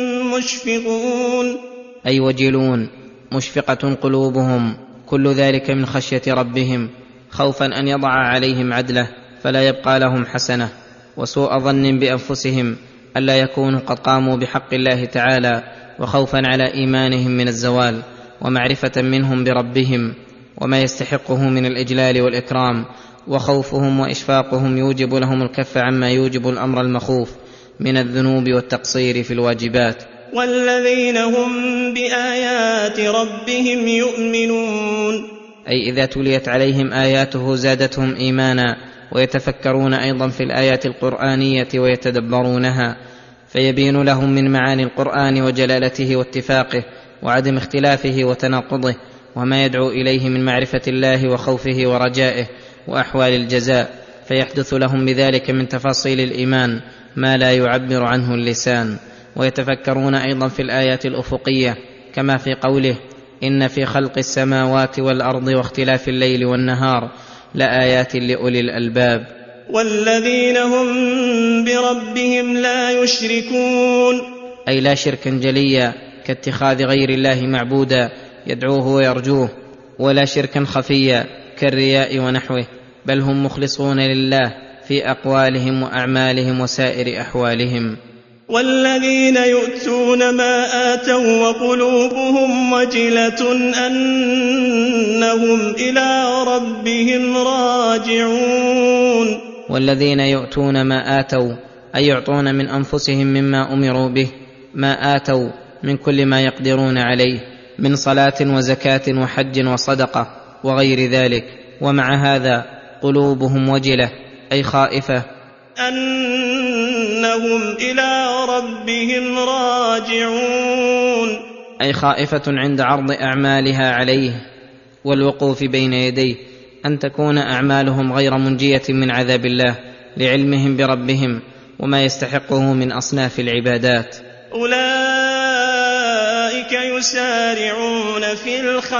مشفقون، أي وجلون، مشفقة قلوبهم، كل ذلك من خشية ربهم، خوفا أن يضع عليهم عدله فلا يبقى لهم حسنة، وسوء ظن بأنفسهم ألا يكونوا قد قاموا بحق الله تعالى، وخوفا على إيمانهم من الزوال، ومعرفة منهم بربهم وما يستحقه من الإجلال والإكرام، وخوفهم وإشفاقهم يوجب لهم الكف عما يوجب الأمر المخوف من الذنوب والتقصير في الواجبات. والذين هم بآيات ربهم يؤمنون، أي إذا تليت عليهم آياته زادتهم إيمانا، ويتفكرون أيضا في الآيات القرآنية ويتدبرونها، فيبين لهم من معاني القرآن وجلالته واتفاقه وعدم اختلافه وتناقضه، وما يدعو إليه من معرفة الله وخوفه ورجائه وأحوال الجزاء، فيحدث لهم بذلك من تفاصيل الإيمان ما لا يعبر عنه اللسان. ويتفكرون أيضا في الآيات الأفقية، كما في قوله: إن في خلق السماوات والأرض واختلاف الليل والنهار لآيات لأولي الألباب. والذين هم بربهم لا يشركون، أي لا شركا جليا كاتخاذ غير الله معبودا يدعوه ويرجوه، ولا شركا خفيا كالرياء ونحوه، بل هم مخلصون لله في أقوالهم وأعمالهم وسائر أحوالهم. والذين يؤتون ما آتوا وقلوبهم وجلة أنهم إلى ربهم راجعون. والذين يؤتون ما آتوا أي يعطون من أنفسهم مما أمروا به، ما آتوا من كل ما يقدرون عليه من صلاة وزكاة وحج وصدقة وغير ذلك، ومع هذا قلوبهم وجلة أي خائفة أنهم إلى ربهم راجعون، أي خائفة عند عرض أعمالها عليه والوقوف بين يديه أن تكون أعمالهم غير منجية من عذاب الله لعلمهم بربهم وما يستحقه من أصناف العبادات. أولئك يسارعون في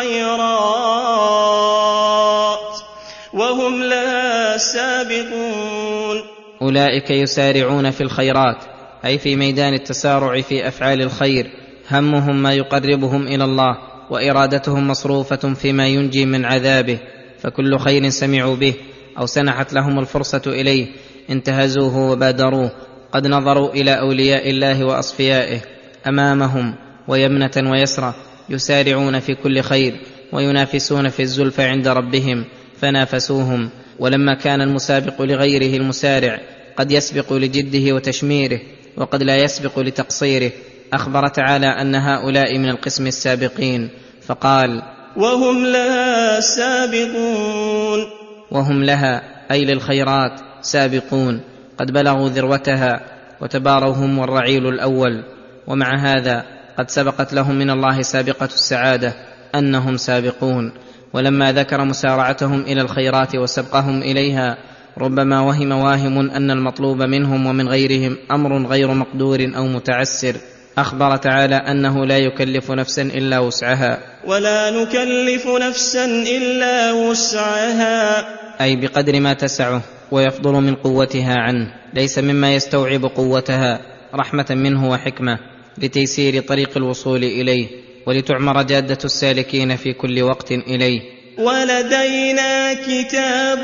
الخيرات وهم لها سابقون. أولئك يسارعون في الخيرات أي في ميدان التسارع في أفعال الخير، همهم ما يقربهم إلى الله، وإرادتهم مصروفة فيما ينجي من عذابه، فكل خير سمعوا به أو سنحت لهم الفرصة إليه انتهزوه وبادروه. قد نظروا إلى أولياء الله وأصفيائه أمامهم ويمنة ويسرى يسارعون في كل خير وينافسون في الزلفى عند ربهم فنافسوهم. ولما كان المسابق لغيره المسارع قد يسبق لجده وتشميره وقد لا يسبق لتقصيره، أخبر تعالى أن هؤلاء من القسم السابقين فقال وهم لها سابقون. وهم لها أي للخيرات سابقون، قد بلغوا ذروتها وتباروا هم والرعيل الأول، ومع هذا قد سبقت لهم من الله سابقة السعادة أنهم سابقون. ولما ذكر مسارعتهم إلى الخيرات وسبقهم إليها ربما وهم واهم أن المطلوب منهم ومن غيرهم أمر غير مقدور أو متعسر، أخبر تعالى أنه لا يكلف نفسا إلا وسعها، ولا نكلف نفسا إلا وسعها، أي بقدر ما تسعه ويفضل من قوتها عنه، ليس مما يستوعب قوتها، رحمة منه وحكمة لتيسير طريق الوصول إليه ولتعمر جادة السالكين في كل وقت إليه. ولدينا كتاب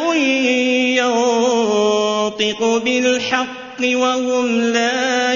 ينطق بالحق وهم لا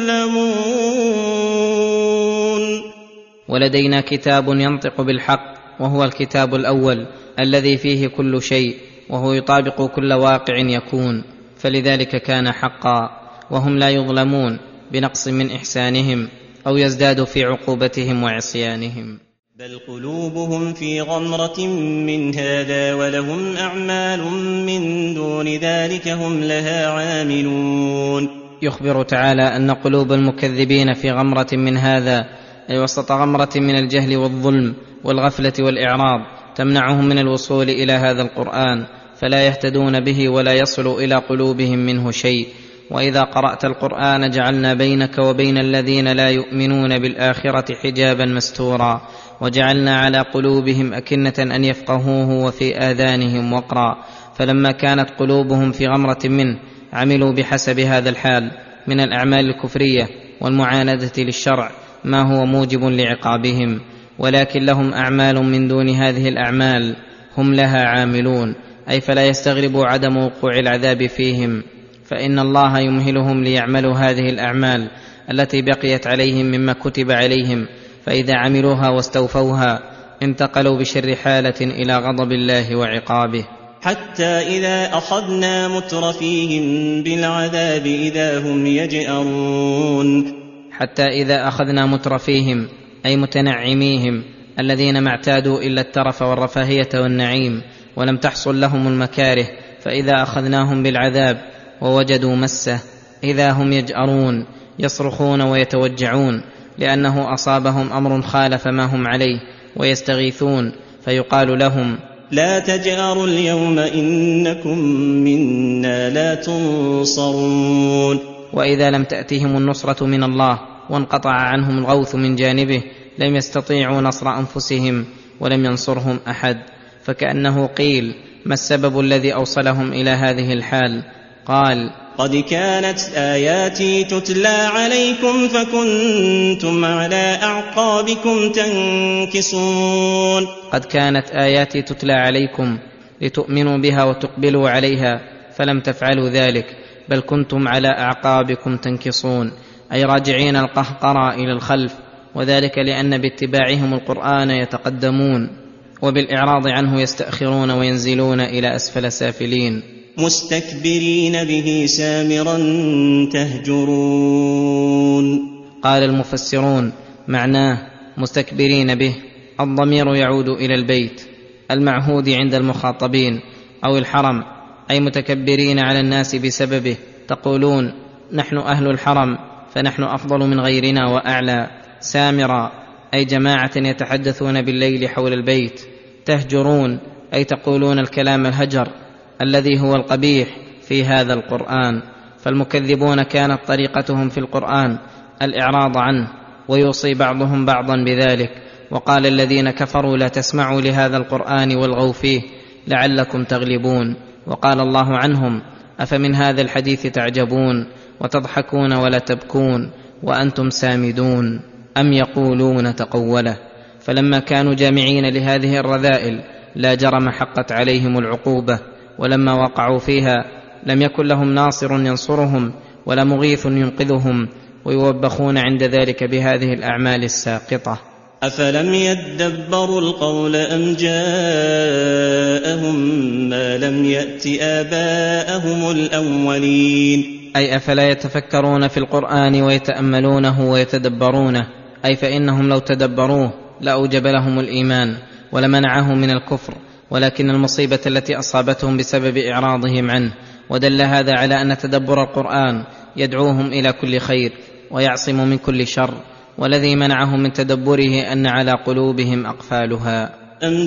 يظلمون. ولدينا كتاب ينطق بالحق، وهو الكتاب الأول الذي فيه كل شيء وهو يطابق كل واقع يكون، فلذلك كان حقا. وهم لا يظلمون بنقص من إحسانهم أو يزداد في عقوبتهم وعصيانهم، بل قلوبهم في غمرة من هذا ولهم أعمال من دون ذلك هم لها عاملون. يخبر تعالى أن قلوب المكذبين في غمرة من هذا، أي وسط غمرة من الجهل والظلم والغفلة والإعراض تمنعهم من الوصول إلى هذا القرآن، فلا يهتدون به ولا يصل إلى قلوبهم منه شيء. وإذا قرأت القرآن جعلنا بينك وبين الذين لا يؤمنون بالآخرة حجابا مستورا، وجعلنا على قلوبهم أكنة أن يفقهوه وفي آذانهم وقرا. فلما كانت قلوبهم في غمرة منه عملوا بحسب هذا الحال من الأعمال الكفرية والمعاندة للشرع ما هو موجب لعقابهم، ولكن لهم أعمال من دون هذه الأعمال هم لها عاملون، أي فلا يستغربوا عدم وقوع العذاب فيهم، فإن الله يمهلهم ليعملوا هذه الأعمال التي بقيت عليهم مما كتب عليهم، فإذا عملوها واستوفوها انتقلوا بشر حالة إلى غضب الله وعقابه. حتى إذا أخذنا مترفيهم بالعذاب إذا هم يجأرون. حتى إذا أخذنا مترفيهم أي متنعميهم الذين ما اعتادوا إلا الترف والرفاهية والنعيم ولم تحصل لهم المكاره، فإذا أخذناهم بالعذاب ووجدوا مسه إذا هم يجأرون يصرخون ويتوجعون، لأنه أصابهم أمر خالف ما هم عليه ويستغيثون، فيقال لهم لا تجأروا اليوم إنكم منا لا تنصرون. وإذا لم تأتهم النصرة من الله وانقطع عنهم الغوث من جانبه لم يستطيعوا نصر أنفسهم ولم ينصرهم أحد، فكأنه قيل ما السبب الذي أوصلهم إلى هذه الحال؟ قال قد كانت آياتي تتلى عليكم فكنتم على أعقابكم تنكصون. قد كانت آياتي تتلى عليكم لتؤمنوا بها وتقبلوا عليها، فلم تفعلوا ذلك، بل كنتم على أعقابكم تنكصون، أي راجعين القهقرى إلى الخلف، وذلك لأن باتباعهم القرآن يتقدمون، وبالإعراض عنه يستأخرون وينزلون إلى أسفل سافلين. مستكبرين به سامرا تهجرون. قال المفسرون معناه مستكبرين به، الضمير يعود إلى البيت المعهود عند المخاطبين أو الحرم، أي متكبرين على الناس بسببه، تقولون نحن أهل الحرم فنحن أفضل من غيرنا وأعلى. سامرا أي جماعة يتحدثون بالليل حول البيت. تهجرون أي تقولون الكلام الهجر الذي هو القبيح في هذا القرآن. فالمكذبون كانت طريقتهم في القرآن الإعراض عنه، ويوصي بعضهم بعضا بذلك. وقال الذين كفروا لا تسمعوا لهذا القرآن والغوا فيه لعلكم تغلبون. وقال الله عنهم أفمن هذا الحديث تعجبون وتضحكون ولا تبكون وأنتم سامدون أم يقولون تقوله. فلما كانوا جامعين لهذه الرذائل لا جرم حقت عليهم العقوبة، ولما وقعوا فيها لم يكن لهم ناصر ينصرهم ولا مغيث ينقذهم، ويوبخون عند ذلك بهذه الأعمال الساقطة. أفلم يدبروا القول أم جاءهم ما لم يأت آباءهم الأولين. أي أفلا يتفكرون في القرآن ويتأملونه ويتدبرونه، أي فإنهم لو تدبروه لأوجب لهم الإيمان ولمنعهم من الكفر، ولكن المصيبة التي أصابتهم بسبب إعراضهم عنه. ودل هذا على أن تدبر القرآن يدعوهم إلى كل خير ويعصم من كل شر، والذي منعهم من تدبره أن على قلوبهم أقفالها. أم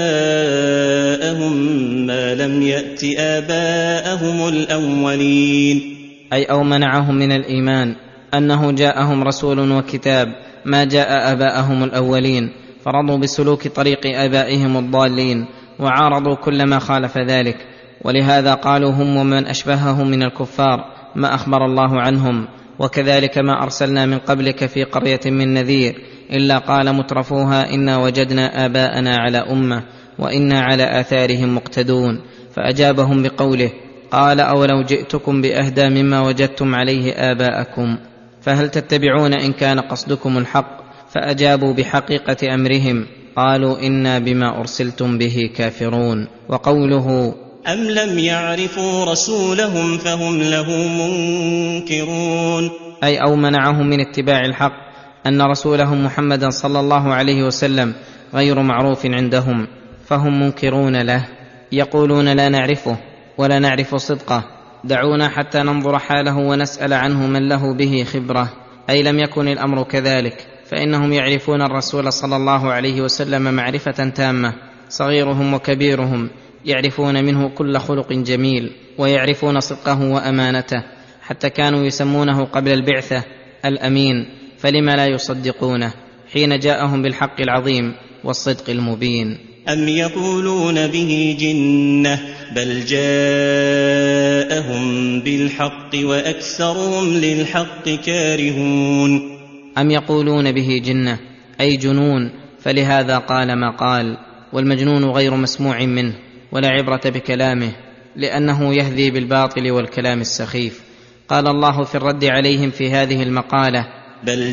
جاءهم ما لم يأت آباءهم الأولين. أي أو منعهم من الإيمان أنه جاءهم رسول وكتاب ما جاء آباءهم الأولين، فرضوا بسلوك طريق آبائهم الضالين وعارضوا كل ما خالف ذلك. ولهذا قالوا هم ومن أشبههم من الكفار ما أخبر الله عنهم. وكذلك ما أرسلنا من قبلك في قرية من نذير إلا قال مترفوها إنا وجدنا آباءنا على أمة وإنا على آثارهم مقتدون. فأجابهم بقوله قال أولو جئتكم بأهدى مما وجدتم عليه آباءكم فهل تتبعون إن كان قصدكم الحق. فأجابوا بحقيقة أمرهم قالوا إنا بما أرسلتم به كافرون. وقوله أم لم يعرفوا رسولهم فهم له منكرون. أي أو منعهم من اتباع الحق أن رسولهم محمدا صلى الله عليه وسلم غير معروف عندهم، فهم منكرون له، يقولون لا نعرفه ولا نعرف صدقه، دعونا حتى ننظر حاله ونسأل عنه من له به خبرة. أي لم يكن الأمر كذلك، فإنهم يعرفون الرسول صلى الله عليه وسلم معرفة تامة، صغيرهم وكبيرهم يعرفون منه كل خلق جميل، ويعرفون صدقه وأمانته، حتى كانوا يسمونه قبل البعثة الأمين، فلما لا يصدقونه حين جاءهم بالحق العظيم والصدق المبين. أم يقولون به جنة بل جاءهم بالحق وأكثرهم للحق كارهون. أم يقولون به جنة أي جنون، فلهذا قال ما قال، والمجنون غير مسموع منه ولا عبرة بكلامه، لأنه يهذي بالباطل والكلام السخيف. قال الله في الرد عليهم في هذه المقالة بل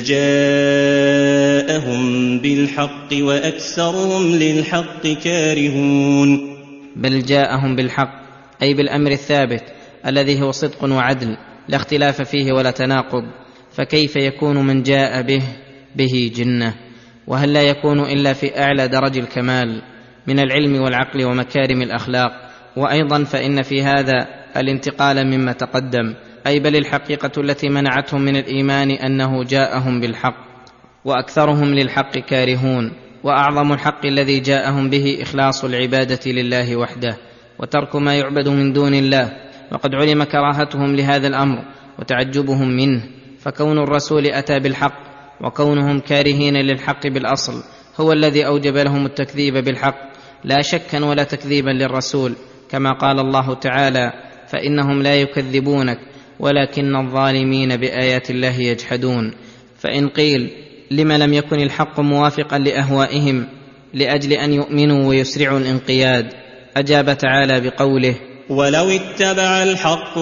جاءهم بالحق وأكثرهم للحق كارهون. بل جاءهم بالحق أي بالأمر الثابت الذي هو صدق وعدل لا اختلاف فيه ولا تناقض، فكيف يكون من جاء به جنة؟ وهل لا يكون إلا في أعلى درج الكمال من العلم والعقل ومكارم الأخلاق. وأيضا فإن في هذا الانتقال مما تقدم، أي بل الحقيقة التي منعتهم من الإيمان أنه جاءهم بالحق، وأكثرهم للحق كارهون. وأعظم الحق الذي جاءهم به إخلاص العبادة لله وحده وترك ما يعبد من دون الله، وقد علم كراهتهم لهذا الأمر وتعجبهم منه. فكون الرسول أتى بالحق وكونهم كارهين للحق بالأصل هو الذي أوجب لهم التكذيب بالحق، لا شكا ولا تكذيبا للرسول، كما قال الله تعالى فإنهم لا يكذبونك ولكن الظالمين بآيات الله يجحدون. فإن قيل لم لم يكن الحق موافقا لأهوائهم لأجل أن يؤمنوا ويسرعوا الانقياد، أجاب تعالى بقوله: ولو اتبع الحق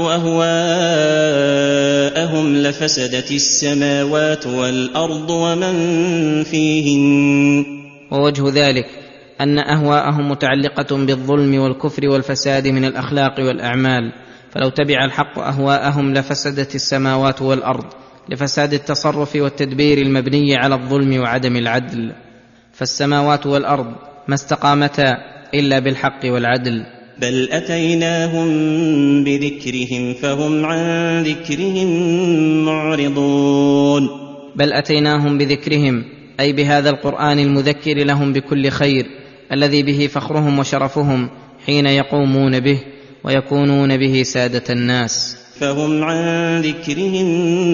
أهواءهم لفسدت السماوات والأرض ومن فيهن. ووجه ذلك أن أهواءهم متعلقة بالظلم والكفر والفساد من الأخلاق والأعمال، فلو تبع الحق أهواءهم لفسدت السماوات والأرض لفساد التصرف والتدبير المبني على الظلم وعدم العدل، فالسماوات والأرض ما استقامتا إلا بالحق والعدل. بل أتيناهم بذكرهم فهم عن ذكرهم معرضون. بل أتيناهم بذكرهم أي بهذا القرآن المذكر لهم بكل خير الذي به فخرهم وشرفهم حين يقومون به ويكونون به سادة الناس، فهم عن ذكرهم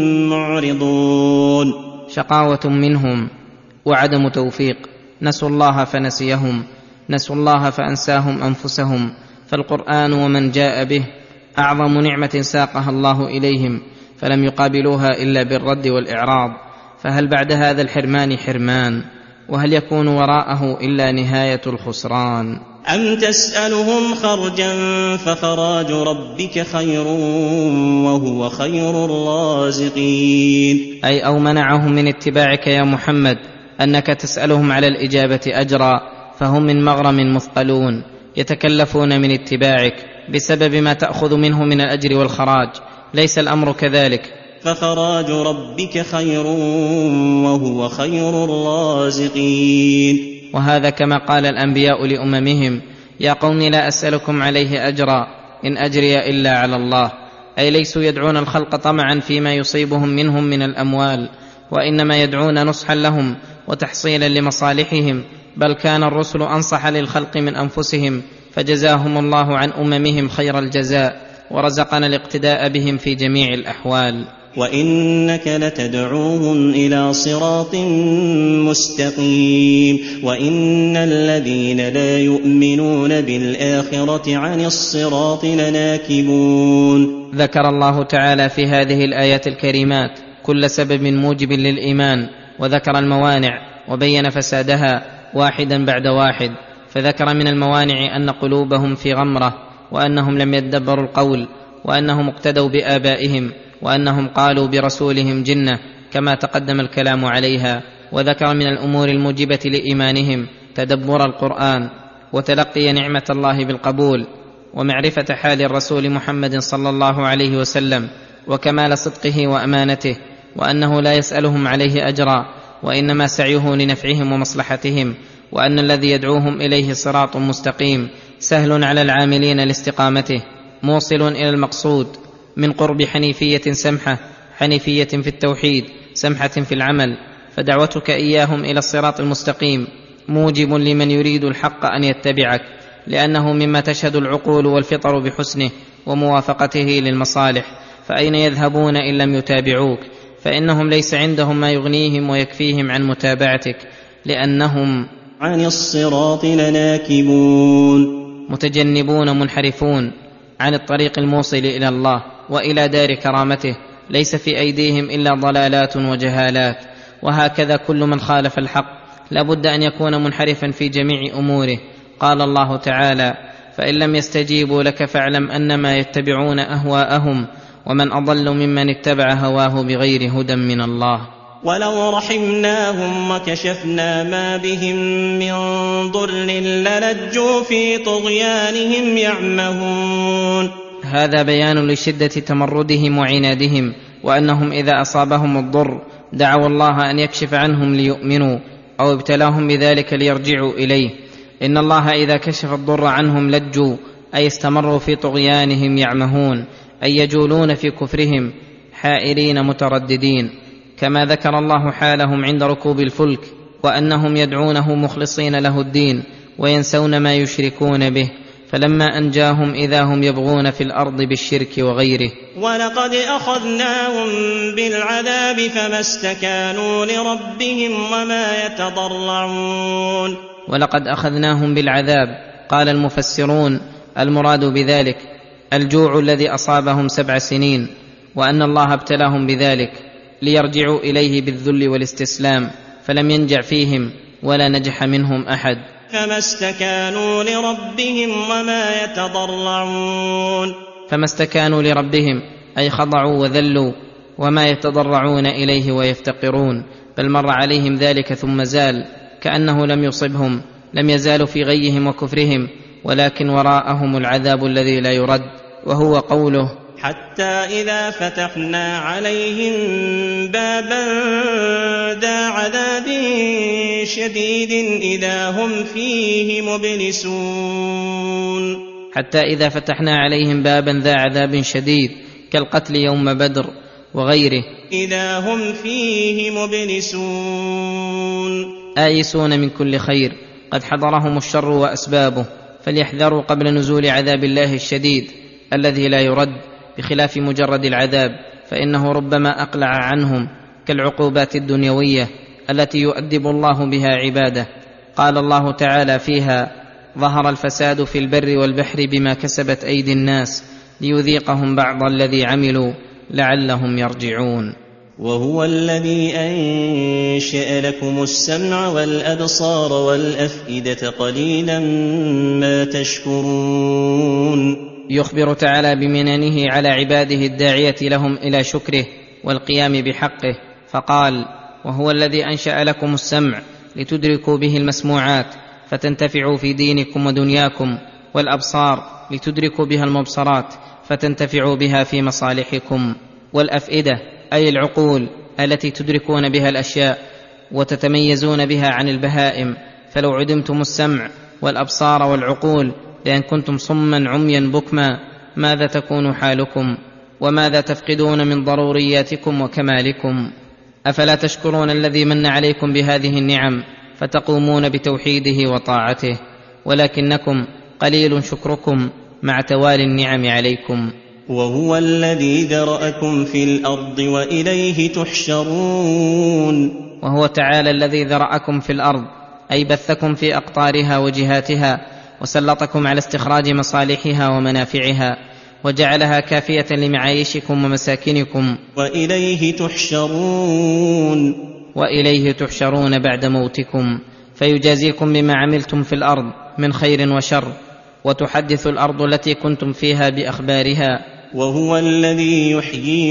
معرضون. شقاوة منهم وعدم توفيق، نسوا الله فنسيهم، نسوا الله فأنساهم أنفسهم، فالقرآن ومن جاء به أعظم نعمة ساقها الله إليهم، فلم يقابلوها إلا بالرد والإعراض، فهل بعد هذا الحرمان حرمان؟ وهل يكون وراءه إلا نهاية الخسران؟ أم تسألهم خرجا فخراج ربك خير وهو خير الرازقين. أي أو منعهم من اتباعك يا محمد أنك تسألهم على الإجابة أجرا، فهم من مغرم مثقلون يتكلفون من اتباعك بسبب ما تأخذ منه من الأجر والخراج، ليس الأمر كذلك. فخراج ربك خير وهو خير الرازقين. وهذا كما قال الأنبياء لأممهم: يا قوم لا أسألكم عليه أجرا إن أجري إلا على الله، أي ليسوا يدعون الخلق طمعا فيما يصيبهم منهم من الأموال، وإنما يدعون نصحا لهم وتحصيلا لمصالحهم، بل كان الرسل أنصح للخلق من أنفسهم، فجزاهم الله عن أممهم خير الجزاء، ورزقنا الاقتداء بهم في جميع الأحوال. وإنك لتدعوهم إلى صراط مستقيم، وإن الذين لا يؤمنون بالآخرة عن الصراط لناكبون. ذكر الله تعالى في هذه الآيات الكريمات كل سبب موجب للإيمان، وذكر الموانع وبين فسادها واحدا بعد واحد، فذكر من الموانع أن قلوبهم في غمرة، وأنهم لم يدبروا القول، وأنهم اقتدوا بآبائهم، وأنهم قالوا برسولهم جنة كما تقدم الكلام عليها. وذكر من الأمور الموجبة لإيمانهم تدبر القرآن، وتلقي نعمة الله بالقبول، ومعرفة حال الرسول محمد صلى الله عليه وسلم، وكمال صدقه وأمانته، وأنه لا يسألهم عليه أجرا، وإنما سعيه لنفعهم ومصلحتهم، وأن الذي يدعوهم إليه صراط مستقيم سهل على العاملين لاستقامته، موصل إلى المقصود من قرب حنيفية سمحة، حنيفية في التوحيد سمحة في العمل. فدعوتك إياهم إلى الصراط المستقيم موجب لمن يريد الحق أن يتبعك، لأنه مما تشهد العقول والفطر بحسنه وموافقته للمصالح، فأين يذهبون إن لم يتابعوك؟ فإنهم ليس عندهم ما يغنيهم ويكفيهم عن متابعتك، لأنهم عن الصراط لناكبون، متجنبون منحرفون عن الطريق الموصل إلى الله وإلى دار كرامته، ليس في أيديهم إلا ضلالات وجهالات. وهكذا كل من خالف الحق لابد أن يكون منحرفا في جميع أموره. قال الله تعالى: فإن لم يستجيبوا لك فاعلم أنما يتبعون أهواءهم ومن أضل ممن اتبع هواه بغير هدى من الله. ولو رحمناهم وكشفنا ما بهم من ضر للجوا في طغيانهم يعمهون. هذا بيان لشدة تمردهم وعنادهم، وأنهم إذا أصابهم الضر دعوا الله أن يكشف عنهم ليؤمنوا، أو ابتلاهم بذلك ليرجعوا إليه. إن الله إذا كشف الضر عنهم لجوا، أي استمروا في طغيانهم يعمهون، أي يجولون في كفرهم حائرين مترددين، كما ذكر الله حالهم عند ركوب الفلك، وأنهم يدعونه مخلصين له الدين وينسون ما يشركون به، فلما أنجاهم إذا هم يبغون في الأرض بالشرك وغيره. ولقد أخذناهم بالعذاب فما استكانوا لربهم وما يتضرعون. ولقد أخذناهم بالعذاب، قال المفسرون المراد بذلك الجوع الذي أصابهم 7 سنين، وأن الله ابتلاهم بذلك ليرجعوا إليه بالذل والاستسلام، فلم ينجع فيهم ولا نجح منهم أحد، فما استكانوا لربهم وما يتضرعون. فما استكانوا لربهم أي خضعوا وذلوا، وما يتضرعون إليه ويفتقرون، بل مر عليهم ذلك ثم زال، كأنه لم يصبهم، لم يزالوا في غيهم وكفرهم، ولكن وراءهم العذاب الذي لا يرد، وهو قوله: حتى إذا فتحنا عليهم بابا ذا عذاب شديد إذا هم فيه مبلسون. حتى إذا فتحنا عليهم بابا ذا عذاب شديد كالقتل يوم بدر وغيره إذا هم فيه مبلسون، آيسون من كل خير، قد حضرهم الشر وأسبابه، فليحذروا قبل نزول عذاب الله الشديد الذي لا يرد، بخلاف مجرد العذاب، فإنه ربما أقلع عنهم، كالعقوبات الدنيوية التي يؤدب الله بها عباده. قال الله تعالى فيها: ظهر الفساد في البر والبحر بما كسبت أيدي الناس ليذيقهم بعض الذي عملوا لعلهم يرجعون. وهو الذي أنشأ لكم السمع والأبصار والأفئدة قليلا ما تشكرون. يخبر تعالى بمننه على عباده الداعية لهم إلى شكره والقيام بحقه، فقال: وهو الذي أنشأ لكم السمع لتدركوا به المسموعات فتنتفعوا في دينكم ودنياكم، والأبصار لتدركوا بها المبصرات فتنتفعوا بها في مصالحكم، والأفئدة أي العقول التي تدركون بها الأشياء وتتميزون بها عن البهائم. فلو عدمتم السمع والأبصار والعقول لأن كنتم صما عميا بكما، ماذا تكون حالكم؟ وماذا تفقدون من ضرورياتكم وكمالكم؟ أفلا تشكرون الذي من عليكم بهذه النعم فتقومون بتوحيده وطاعته؟ ولكنكم قليل شكركم مع توالي النعم عليكم. وهو الذي ذرأكم في الأرض وإليه تحشرون. وهو تعالى الذي ذرأكم في الأرض، أي بثكم في أقطارها وجهاتها، وسلطكم على استخراج مصالحها ومنافعها، وجعلها كافية لمعايشكم ومساكنكم. وإليه تحشرون. وإليه تحشرون بعد موتكم، فيجازيكم بما عملتم في الأرض من خير وشر، وتحدث الأرض التي كنتم فيها بأخبارها. وهو الذي يحيي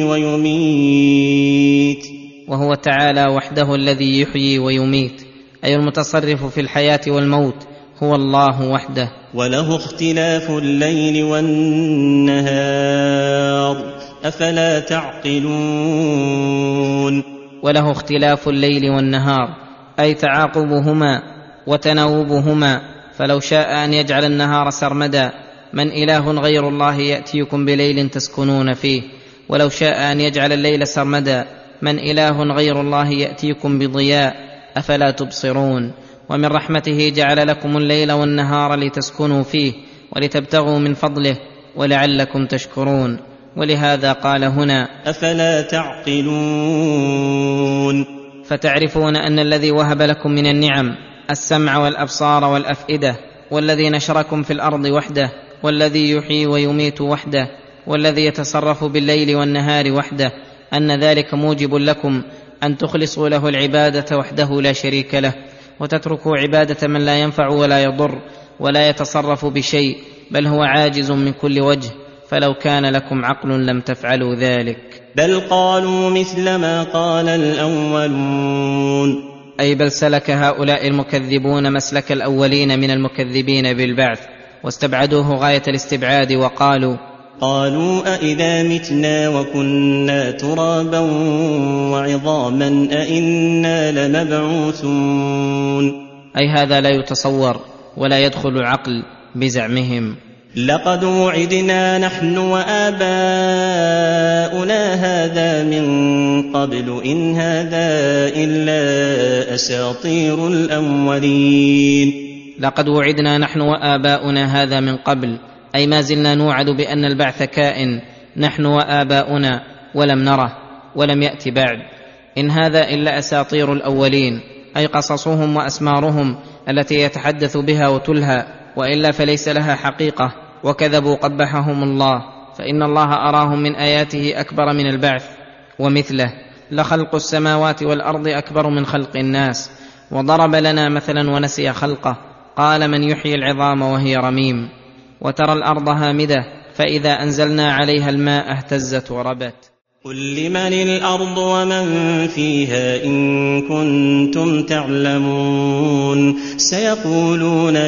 ويميت. وهو تعالى وحده الذي يحيي ويميت، أي المتصرف في الحياة والموت هو الله وحده. وله اختلاف الليل والنهار أفلا تعقلون. وله اختلاف الليل والنهار أي تعاقبهما وتناوبهما، فلو شاء أن يجعل النهار سرمدا من إله غير الله يأتيكم بليل تسكنون فيه، ولو شاء أن يجعل الليل سرمدا من إله غير الله يأتيكم بضياء أفلا تبصرون. ومن رحمته جعل لكم الليل والنهار لتسكنوا فيه ولتبتغوا من فضله ولعلكم تشكرون. ولهذا قال هنا: أفلا تعقلون. فتعرفون أن الذي وهب لكم من النعم السمع والأبصار والأفئدة، والذي نشركم في الأرض وحده، والذي يحيي ويميت وحده، والذي يتصرف بالليل والنهار وحده، أن ذلك موجب لكم أن تخلصوا له العبادة وحده لا شريك له، وتتركوا عبادة من لا ينفع ولا يضر ولا يتصرف بشيء، بل هو عاجز من كل وجه، فلو كان لكم عقل لم تفعلوا ذلك. بل قالوا مثل ما قال الأولون. أي بل سلك هؤلاء المكذبون مسلك الأولين من المكذبين بالبعث، واستبعدوه غاية الاستبعاد، وقالوا أئذا متنا وكنا ترابا وعظاما أئنا لمبعوثون. أي هذا لا يتصور ولا يدخل العقل بزعمهم. لقد وعدنا نحن وآباؤنا هذا من قبل إن هذا إلا أساطير الأولين. لقد وعدنا نحن وآباؤنا هذا من قبل، أي ما زلنا نوعد بأن البعث كائن نحن وآباؤنا ولم نره ولم يأتي بعد. إن هذا إلا أساطير الأولين، أي قصصهم وأسمارهم التي يتحدث بها وتلهى، وإلا فليس لها حقيقة، وكذبوا قبحهم الله، فإن الله أراهم من آياته أكبر من البعث. ومثله: لخلق السماوات والأرض أكبر من خلق الناس، وضرب لنا مثلا ونسي خلقه، قال: من يحيي العظام وهي رميم؟ وترى الأرض هامدة فإذا أنزلنا عليها الماء اهتزت وربت. قل لمن الأرض ومن فيها إن كنتم تعلمون سيقولون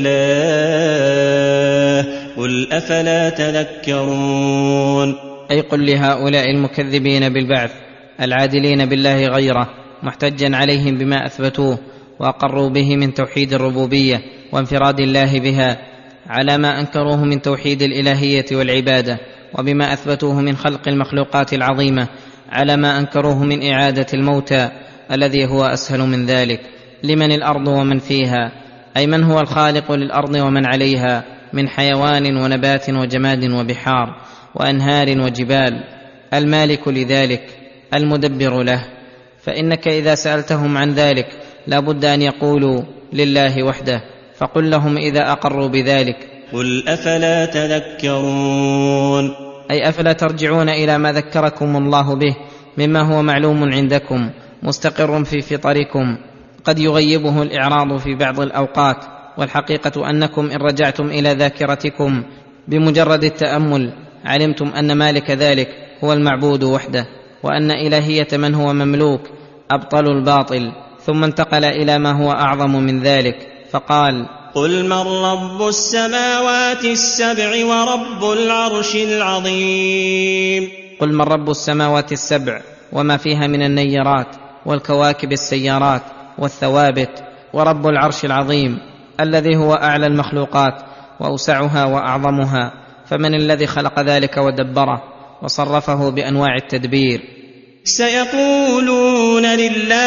لله قل أفلا تذكرون. أي قل لهؤلاء المكذبين بالبعث العادلين بالله غيره محتجا عليهم بما أثبتوه وأقروا به من توحيد الربوبية وانفراد الله بها، على ما أنكروه من توحيد الإلهية والعبادة، وبما أثبتوه من خلق المخلوقات العظيمة على ما أنكروه من إعادة الموتى الذي هو أسهل من ذلك. لمن الأرض ومن فيها، أي من هو الخالق للأرض ومن عليها من حيوان ونبات وجماد وبحار وأنهار وجبال، المالك لذلك المدبر له. فإنك إذا سألتهم عن ذلك لا بد أن يقولوا لله وحده، فقل لهم إذا أقروا بذلك: قل أفلا تذكرون، أي أفلا ترجعون إلى ما ذكركم الله به مما هو معلوم عندكم مستقر في فطركم، قد يغيبه الإعراض في بعض الأوقات، والحقيقة أنكم إن رجعتم إلى ذاكرتكم بمجرد التأمل علمتم أن مالك ذلك هو المعبود وحده، وأن إلهية من هو مملوك أبطل الباطل. ثم انتقل إلى ما هو أعظم من ذلك فقال: قل من رب السماوات السبع ورب العرش العظيم. قل من رب السماوات السبع وما فيها من النيرات والكواكب السيارات والثوابت، ورب العرش العظيم الذي هو أعلى المخلوقات وأوسعها وأعظمها، فمن الذي خلق ذلك ودبره وصرفه بأنواع التدبير؟ سيقولون لله،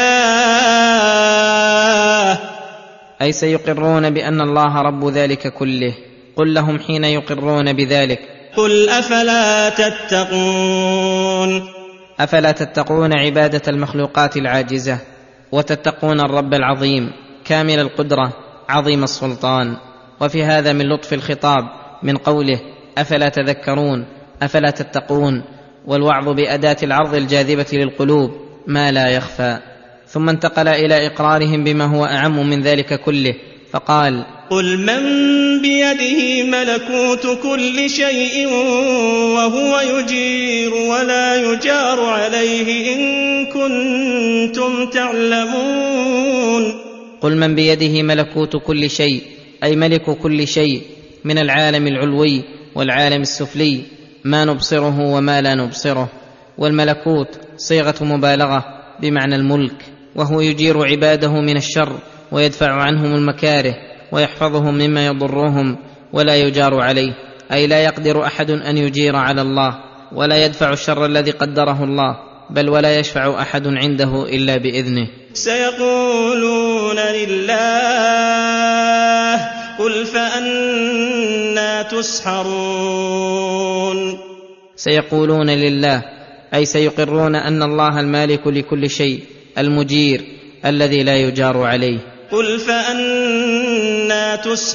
أي سيقرون بأن الله رب ذلك كله. قل لهم حين يقرون بذلك: قل أفلا تتقون. أفلا تتقون عبادة المخلوقات العاجزة وتتقون الرب العظيم كامل القدرة عظيم السلطان؟ وفي هذا من لطف الخطاب من قوله: أفلا تذكرون، أفلا تتقون، والوعظ بأداة العرض الجاذبة للقلوب ما لا يخفى. ثم انتقل إلى إقرارهم بما هو أعم من ذلك كله فقال: قل من بيده ملكوت كل شيء وهو يجير ولا يجار عليه إن كنتم تعلمون. قل من بيده ملكوت كل شيء، أي ملك كل شيء من العالم العلوي والعالم السفلي، ما نبصره وما لا نبصره. والملكوت صيغة مبالغة بمعنى الملك، وهو يجير عباده من الشر ويدفع عنهم المكاره ويحفظهم مما يضرهم ولا يجار عليه، أي لا يقدر أحد أن يجير على الله ولا يدفع الشر الذي قدره الله، بل ولا يشفع أحد عنده إلا بإذنه. سيقولون لله قل فأنى تسحرون. سيقولون لله، أي سيقرون أن الله المالك لكل شيء المجير الذي لا يجار عليه. قل فأنى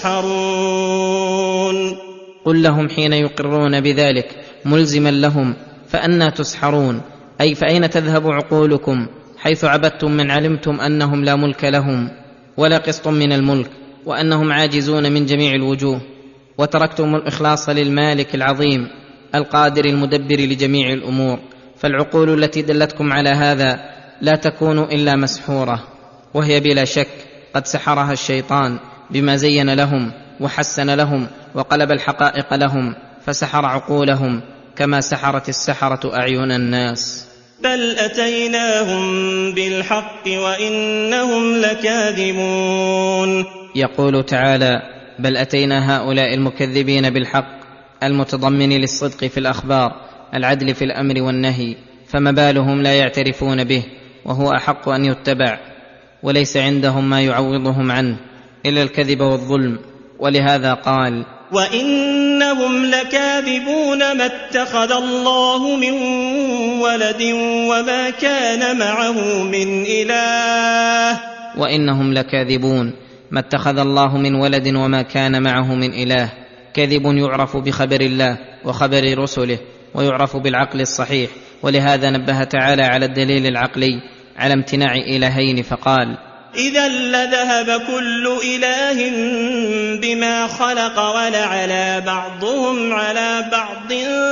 تسحرون. قل لهم حين يقرون بذلك ملزما لهم: فأنى تسحرون، أي فأين تذهب عقولكم حيث عبدتم من علمتم أنهم لا ملك لهم ولا قسط من الملك، وأنهم عاجزون من جميع الوجوه، وتركتم الإخلاص للمالك العظيم القادر المدبر لجميع الأمور. فالعقول التي دلتكم على هذا لا تكون إلا مسحورة، وهي بلا شك قد سحرها الشيطان بما زين لهم وحسن لهم وقلب الحقائق لهم، فسحر عقولهم كما سحرت السحرة أعين الناس. بل أتيناهم بالحق وإنهم لكاذبون. يقول تعالى: بل أتينا هؤلاء المكذبين بالحق المتضمن للصدق في الأخبار، العدل في الأمر والنهي، فما بالهم لا يعترفون به وهو أحق أن يتبع، وليس عندهم ما يعوضهم عنه إلا الكذب والظلم. ولهذا قال: وإنهم لكاذبون ما اتخذ الله من ولد وما كان معه من إله. وإنهم لكاذبون ما اتخذ الله من ولد وما كان معه من إله. كذب يعرف بخبر الله وخبر رسله، ويعرف بالعقل الصحيح. ولهذا نبه تعالى على الدليل العقلي على امتناع إلهين فقال: إذا لذهب كل إله بما خلق ولعلى بعضهم على بعض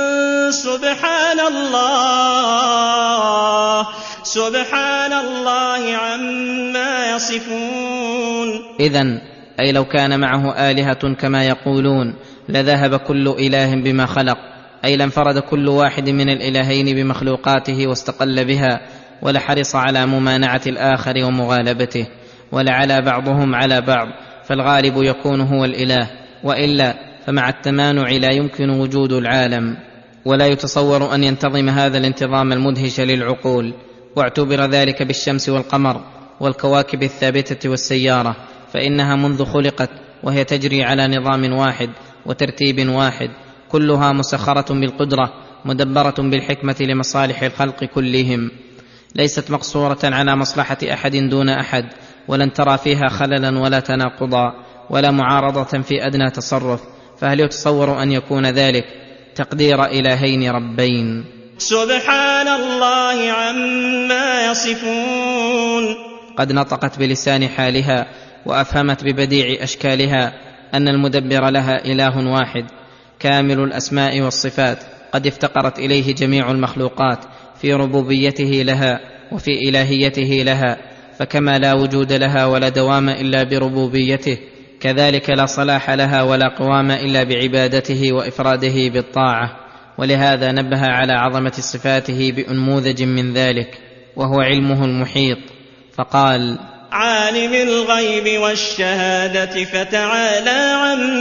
سبحان الله عما يصفون. إذن أي لو كان معه آلهة كما يقولون لذهب كل إله بما خلق، أي لانفرد كل واحد من الإلهين بمخلوقاته واستقل بها، ولحرص على ممانعة الآخر ومغالبته، ولعلى بعضهم على بعض، فالغالب يكون هو الإله، وإلا فمع التمانع لا يمكن وجود العالم، ولا يتصور أن ينتظم هذا الانتظام المدهش للعقول. واعتبر ذلك بالشمس والقمر والكواكب الثابتة والسيارة، فإنها منذ خلقت وهي تجري على نظام واحد وترتيب واحد، كلها مسخرة بالقدرة مدبرة بالحكمة لمصالح الخلق كلهم، ليست مقصورة على مصلحة أحد دون أحد، ولن ترى فيها خللا ولا تناقضا ولا معارضة في أدنى تصرف. فهل يتصور أن يكون ذلك تقدير إلهين ربين؟ سبحان الله عما يصفون. قد نطقت بلسان حالها وأفهمت ببديع أشكالها أن المدبر لها إله واحد كامل الأسماء والصفات، قد افتقرت إليه جميع المخلوقات في ربوبيته لها وفي إلهيته لها، فكما لا وجود لها ولا دوام إلا بربوبيته، كذلك لا صلاح لها ولا قوام إلا بعبادته وإفراده بالطاعة. ولهذا نبه على عظمة صفاته بأنموذج من ذلك، وهو علمه المحيط، فقال: عالم الغيب والشهادة فتعالى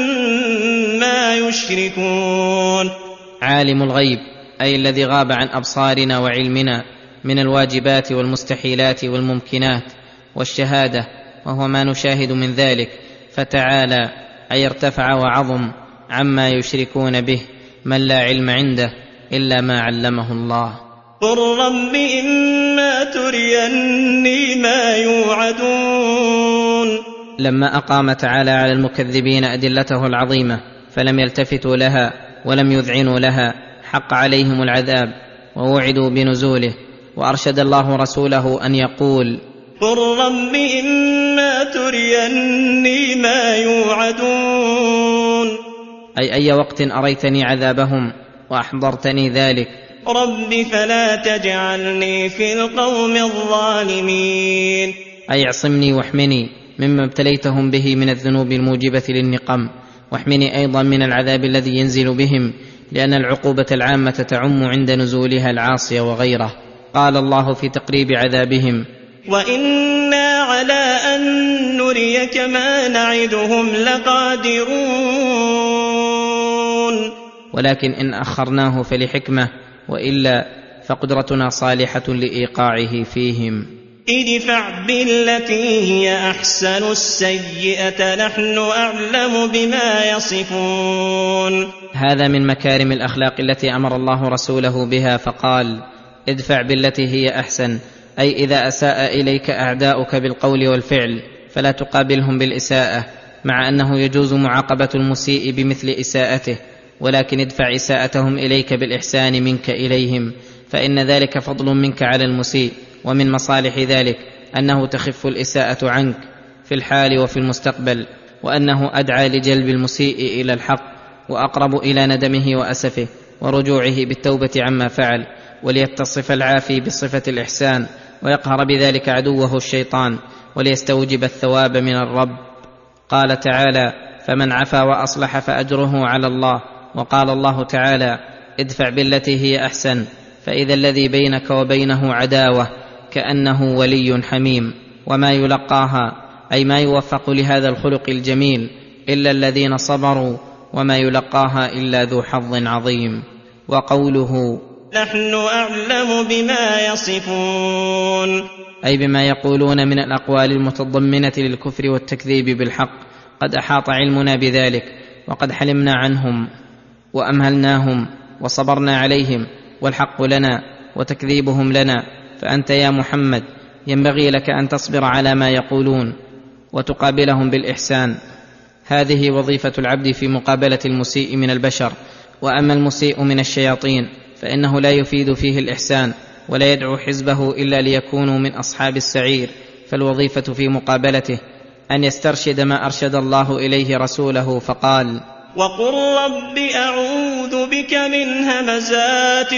عما يشركون. عالم الغيب أي الذي غاب عن أبصارنا وعلمنا من الواجبات والمستحيلات والممكنات، والشهادة وهو ما نشاهد من ذلك، فتعالى أي ارتفع وعظم عما يشركون به من لا علم عنده إلا ما علمه الله. قل رب إما تريني ما يوعدون. لما أقام تعالى على المكذبين أدلته العظيمة فلم يلتفتوا لها ولم يذعنوا لها، حق عليهم العذاب ووعدوا بنزوله، وأرشد الله رسوله أن يقول: قل رب إما تريني ما يوعدون، أي وقت أريتني عذابهم وأحضرتني ذلك. رب فلا تجعلني في القوم الظالمين، أي اعصمني واحمني مما ابتليتهم به من الذنوب الموجبة للنقم، واحمني أيضا من العذاب الذي ينزل بهم، لأن العقوبة العامة تعم عند نزولها العاصية وغيره. قال الله في تقريب عذابهم: وإنا على أن نريك ما نعدهم لقادرون. ولكن إن أخرناه فلحكمة، وإلا فقدرتنا صالحة لإيقاعه فيهم. ادفع بالتي هي أحسن السيئة نحن أعلم بما يصفون. هذا من مكارم الأخلاق التي أمر الله رسوله بها، فقال: ادفع بالتي هي أحسن، أي إذا أساء إليك أعداؤك بالقول والفعل فلا تقابلهم بالإساءة، مع أنه يجوز معاقبة المسيء بمثل إساءته، ولكن ادفع إساءتهم إليك بالإحسان منك إليهم، فإن ذلك فضل منك على المسيء، ومن مصالح ذلك أنه تخف الإساءة عنك في الحال وفي المستقبل، وأنه أدعى لجلب المسيء إلى الحق، وأقرب إلى ندمه وأسفه ورجوعه بالتوبة عما فعل، وليتصف العافي بصفة الإحسان، ويقهر بذلك عدوه الشيطان، وليستوجب الثواب من الرب. قال تعالى: فمن عفا وأصلح فأجره على الله. وقال الله تعالى: ادفع بالتي هي أحسن، فإذا الذي بينك وبينه عداوة كأنه ولي حميم. وما يلقاها أي ما يوفق لهذا الخلق الجميل إلا الذين صبروا، وما يلقاها إلا ذو حظ عظيم. وقوله: نحن أعلم بما يصفون، أي بما يقولون من الأقوال المتضمنة للكفر والتكذيب بالحق، قد أحاط علمنا بذلك، وقد حلمنا عنهم وأمهلناهم وصبرنا عليهم، والحق لنا وتكذيبهم لنا. فأنت يا محمد ينبغي لك أن تصبر على ما يقولون وتقابلهم بالإحسان. هذه وظيفة العبد في مقابلة المسيء من البشر. وأما المسيء من الشياطين فإنه لا يفيد فيه الإحسان، ولا يدعو حزبه إلا ليكونوا من أصحاب السعير، فالوظيفة في مقابلته أن يسترشد ما أرشد الله إليه رسوله فقال: وقل رب أعوذ بك من همزات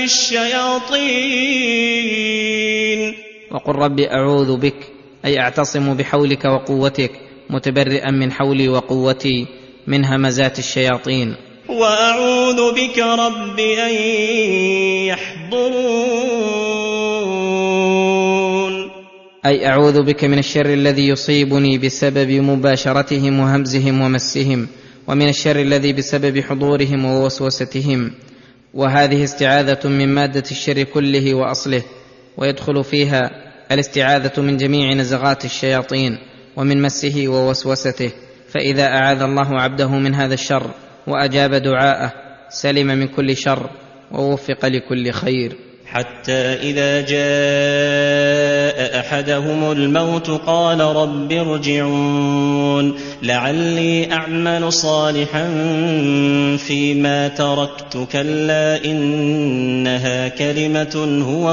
الشياطين. وقل رب أعوذ بك أي أعتصم بحولك وقوتك متبرئا من حولي وقوتي من همزات الشياطين. وأعوذ بك رب أن يحضرون أي أعوذ بك من الشر الذي يصيبني بسبب مباشرتهم وهمزهم ومسهم، ومن الشر الذي بسبب حضورهم ووسوستهم. وهذه استعاذة من مادة الشر كله وأصله، ويدخل فيها الاستعاذة من جميع نزغات الشياطين ومن مسه ووسوسته، فإذا أعاذ الله عبده من هذا الشر وأجاب دعاءه سلم من كل شر ووفق لكل خير. حتى إذا جاء أحدهم الموت قال رب ارجعون لعلي أعمل صالحا فيما تركت كلا إنها كلمة هو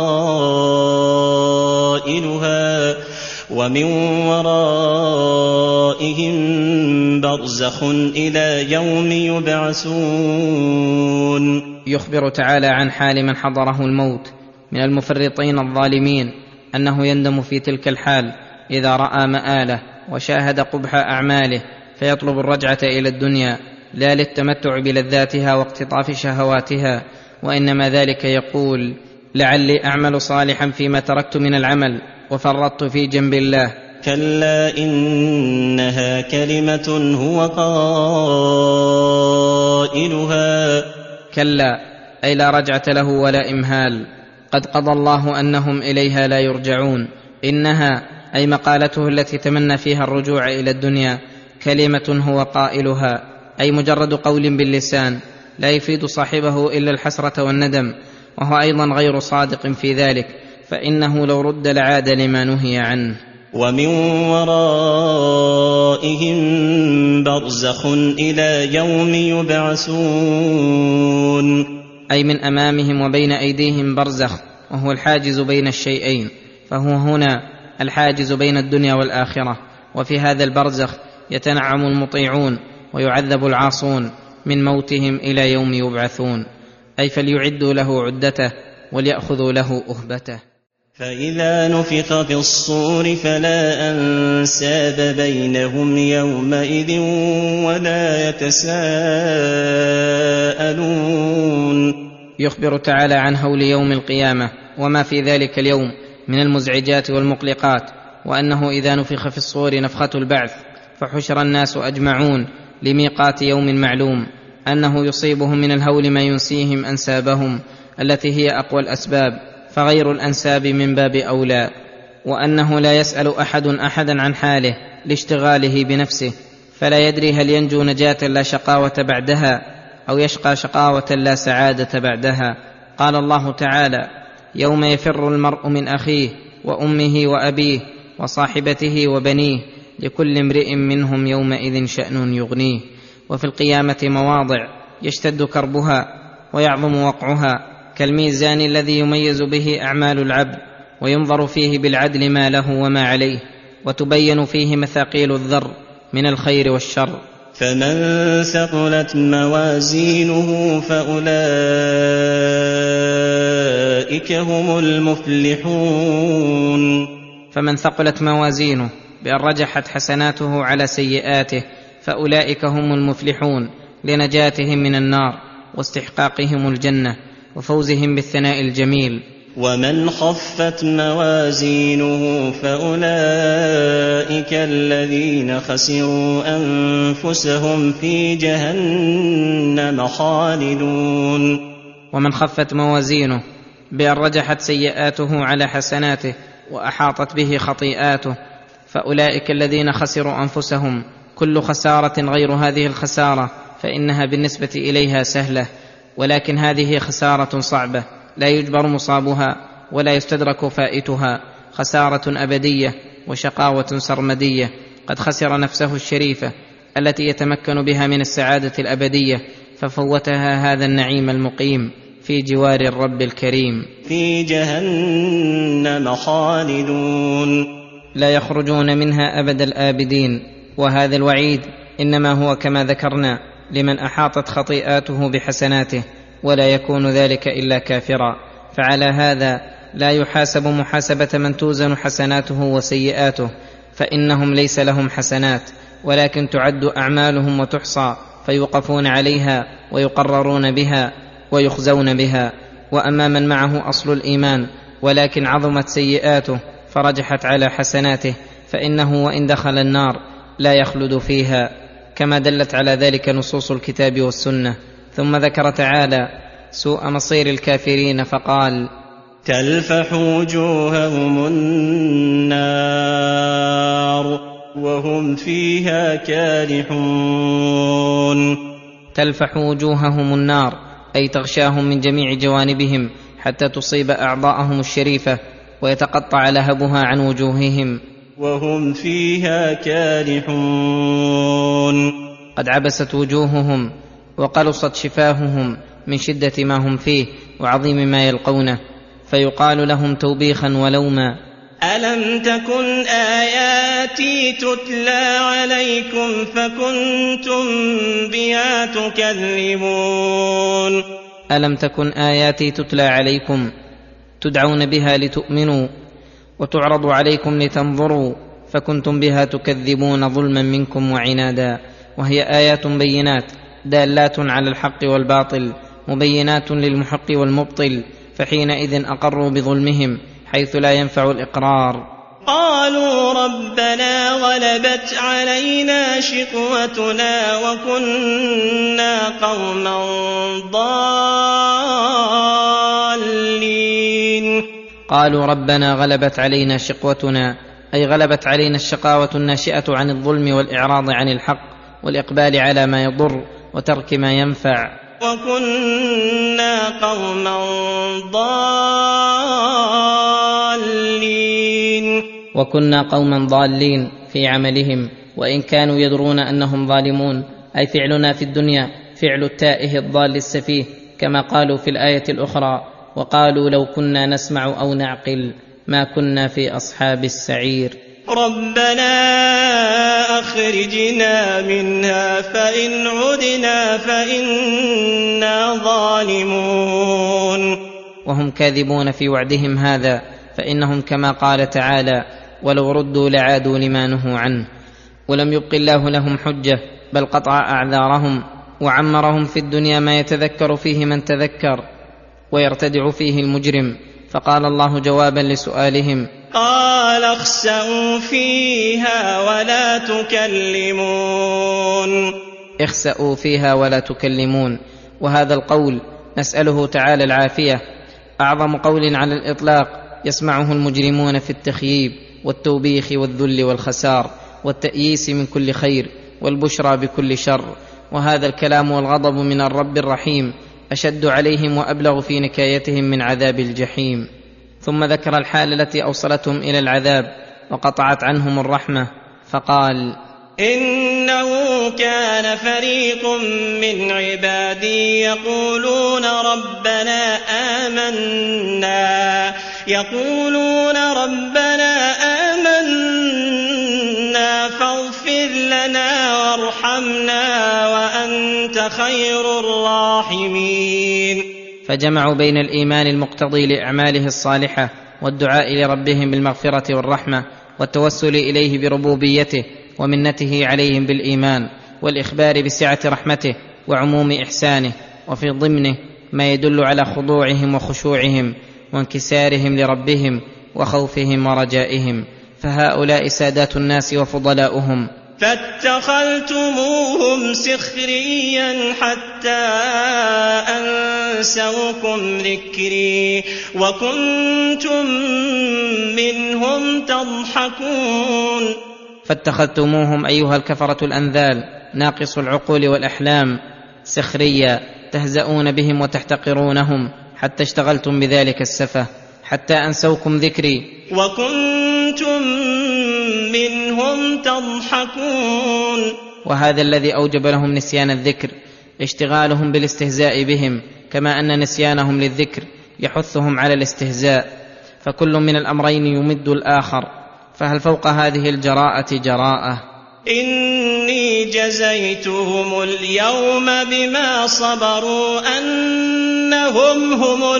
قائلها ومن ورائهم برزخ إلى يوم يبعثون. يخبر تعالى عن حال من حضره الموت من المفرطين الظالمين أنه يندم في تلك الحال إذا رأى مآله وشاهد قبح أعماله، فيطلب الرجعة إلى الدنيا لا للتمتع بلذاتها واقتطاف شهواتها، وإنما ذلك يقول: لعلي أعمل صالحا فيما تركت من العمل وفرطت في جنب الله. كلا إنها كلمة هو قائلها. كلا أي لا رجعة له ولا إمهال، قد قضى الله أنهم إليها لا يرجعون. إنها أي مقالته التي تمنى فيها الرجوع إلى الدنيا كلمة هو قائلها، أي مجرد قول باللسان لا يفيد صاحبه إلا الحسرة والندم، وهو أيضا غير صادق في ذلك، فإنه لو رد لعاد لما نهي عنه. ومن ورائهم برزخ إلى يوم يبعثون. أي من أمامهم وبين أيديهم برزخ، وهو الحاجز بين الشيئين، فهو هنا الحاجز بين الدنيا والآخرة. وفي هذا البرزخ يتنعم المطيعون ويعذب العاصون من موتهم إلى يوم يبعثون، أي فليعدوا له عدته وليأخذوا له أهبته. فإذا نفخ في الصور فلا أنساب بينهم يومئذ ولا يتساءلون. يخبر تعالى عن هول يوم القيامة وما في ذلك اليوم من المزعجات والمقلقات، وأنه إذا نفخ في الصور نفخة البعث فحشر الناس أجمعون لميقات يوم معلوم، أنه يصيبهم من الهول ما ينسيهم أنسابهم التي هي أقوى الأسباب، فغير الأنساب من باب أولى، وأنه لا يسأل أحد أحدا عن حاله لاشتغاله بنفسه، فلا يدري هل ينجو نجاة لا شقاوة بعدها أو يشقى شقاوة لا سعادة بعدها. قال الله تعالى: يوم يفر المرء من أخيه وأمه وأبيه وصاحبته وبنيه لكل امرئ منهم يومئذ شأن يغنيه. وفي القيامة مواضع يشتد كربها ويعظم وقعها، كالميزان الذي يميز به أعمال العبد وينظر فيه بالعدل ما له وما عليه، وتبين فيه مثاقيل الذر من الخير والشر. فمن ثقلت موازينه فأولئك هم المفلحون. فمن ثقلت موازينه بأن رجحت حسناته على سيئاته فأولئك هم المفلحون لنجاتهم من النار واستحقاقهم الجنة وفوزهم بالثناء الجميل. ومن خفت موازينه فأولئك الذين خسروا أنفسهم في جهنم خالدون. ومن خفت موازينه بأن رجحت سيئاته على حسناته وأحاطت به خطيئاته فأولئك الذين خسروا أنفسهم، كل خسارة غير هذه الخسارة فإنها بالنسبة إليها سهلة، ولكن هذه خسارة صعبة لا يجبر مصابها ولا يستدرك فائتها، خسارة أبدية وشقاوة سرمدية. قد خسر نفسه الشريفة التي يتمكن بها من السعادة الأبدية، ففوتها هذا النعيم المقيم في جوار الرب الكريم. في جهنم خالدون. لا يخرجون منها أبد الآبدين. وهذا الوعيد إنما هو كما ذكرنا لمن أحاطت خطيئاته بحسناته، ولا يكون ذلك إلا كافرا. فعلى هذا لا يحاسب محاسبة من توزن حسناته وسيئاته، فإنهم ليس لهم حسنات، ولكن تعد أعمالهم وتحصى، فيوقفون عليها ويقررون بها ويخزون بها. وأما من معه أصل الإيمان ولكن عظمت سيئاته فرجحت على حسناته، فإنه وإن دخل النار لا يخلد فيها، كما دلت على ذلك نصوص الكتاب والسنة. ثم ذكر تعالى سوء مصير الكافرين فقال: تلفح وجوههم النار وهم فيها كالحون. تلفح وجوههم النار أي تغشاهم من جميع جوانبهم حتى تصيب أعضاءهم الشريفة ويتقطع لهبها عن وجوههم. وهم فيها كالحون. قد عبست وجوههم وقلصت شفاههم من شدة ما هم فيه وعظيم ما يلقونه، فيقال لهم توبيخا ولوما: ألم تكن آياتي تتلى عليكم فكنتم بها تكذبون. ألم تكن آياتي تتلى عليكم، تدعون بها لتؤمنوا وتعرض عليكم لتنظروا، فكنتم بها تكذبون ظلما منكم وعنادا. وهي آيات بينات دالات على الحق والباطل، مبينات للمحق والمبطل، فحينئذ أقروا بظلمهم حيث لا ينفع الإقرار. قالوا ربنا غلبت علينا شقوتنا وكنا قوما ضالين. قالوا ربنا غلبت علينا شقوتنا، أي غلبت علينا الشقاوة الناشئة عن الظلم والإعراض عن الحق والإقبال على ما يضر وترك ما ينفع. وكنا قوما ضالين. وكنا قوما ضالين في عملهم، وإن كانوا يدرون أنهم ظالمون، أي فعلنا في الدنيا فعل التائه الضال السفيه، كما قالوا في الآية الأخرى: وقالوا لو كنا نسمع أو نعقل ما كنا في أصحاب السعير. ربنا أخرجنا منها فإن عدنا فإنا ظالمون. وهم كاذبون في وعدهم هذا، فإنهم كما قال تعالى: ولو ردوا لعادوا لما نهوا عنه. ولم يبق الله لهم حجة، بل قطع أعذارهم وعمرهم في الدنيا ما يتذكر فيه من تذكر ويرتدع فيه المجرم. فقال الله جوابا لسؤالهم: قال اخسئوا فيها ولا تكلمون. اخسئوا فيها ولا تكلمون. وهذا القول نسأله تعالى العافية، أعظم قول على الإطلاق يسمعه المجرمون في التخييب والتوبيخ والذل والخسار والتأييس من كل خير والبشرى بكل شر. وهذا الكلام والغضب من الرب الرحيم أشد عليهم وأبلغ في نكايتهم من عذاب الجحيم. ثم ذكر الحال التي أوصلتهم إلى العذاب وقطعت عنهم الرحمة، فقال: إنه كان فريق من عبادي يقولون ربنا آمنا فاغفر لنا وارحمنا وأنت خير الراحمين. فجمعوا بين الإيمان المقتضي لأعماله الصالحة والدعاء لربهم بالمغفرة والرحمة والتوسل إليه بربوبيته ومنته عليهم بالإيمان والإخبار بسعة رحمته وعموم إحسانه، وفي ضمنه ما يدل على خضوعهم وخشوعهم وانكسارهم لربهم وخوفهم ورجائهم. فهؤلاء سادات الناس وفضلاؤهم. فاتخذتموهم سخريا حتى أنسوكم ذكري وكنتم منهم تضحكون. فاتخذتموهم أيها الكفرة الأنذال ناقص العقول والأحلام سخريا، تهزؤون بهم وتحتقرونهم حتى اشتغلتم بذلك السفه، حتى أنسوكم ذكري وكنتم منهم تضحكون. وهذا الذي أوجب لهم نسيان الذكر اشتغالهم بالاستهزاء بهم، كما أن نسيانهم للذكر يحثهم على الاستهزاء، فكل من الأمرين يمد الآخر، فهل فوق هذه الجراءة جراءة؟ إني جزيتهم اليوم بما صبروا أنهم هم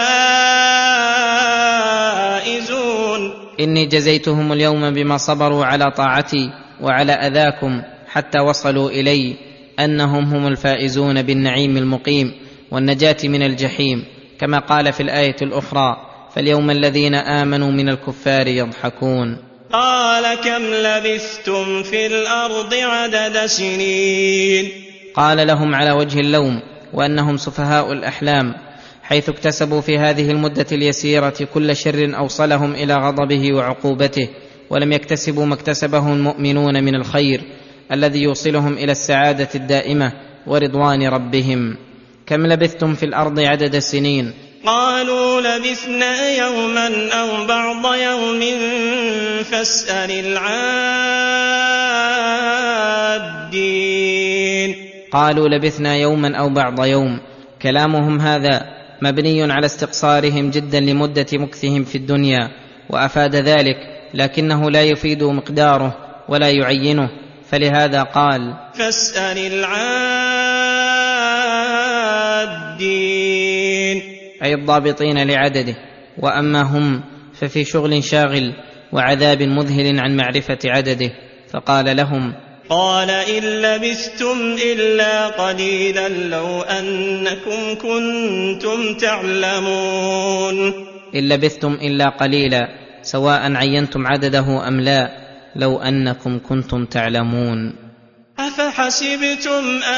الفائزون. إني جزيتهم اليوم بما صبروا على طاعتي وعلى أذاكم حتى وصلوا إلي أنهم هم الفائزون بالنعيم المقيم والنجاة من الجحيم، كما قال في الآية الأخرى: فاليوم الذين آمنوا من الكفار يضحكون. قال كم لبثتم في الأرض عدد سنين؟ قال لهم على وجه اللوم وأنهم سفهاء الأحلام، حيث اكتسبوا في هذه المدة اليسيرة كل شر أوصلهم إلى غضبه وعقوبته، ولم يكتسبوا ما اكتسبه المؤمنون من الخير الذي يوصلهم إلى السعادة الدائمة ورضوان ربهم. كم لبثتم في الأرض عدد السنين؟ قالوا لبثنا يوما أو بعض يوم فاسأل العادين. قالوا لبثنا يوما أو بعض يوم. كلامهم هذا مبني على استقصارهم جدا لمدة مكثهم في الدنيا، وأفاد ذلك، لكنه لا يفيد مقداره ولا يعينه، فلهذا قال: فاسأل العادين، أي الضابطين لعدده. وأما هم ففي شغل شاغل وعذاب مذهل عن معرفة عدده، فقال لهم: قال إن لبثتم إلا قليلا لو أنكم كنتم تعلمون. إن لبثتم إلا قليلا، سواء عينتم عدده أم لا، لو أنكم كنتم تعلمون. أفحسبتم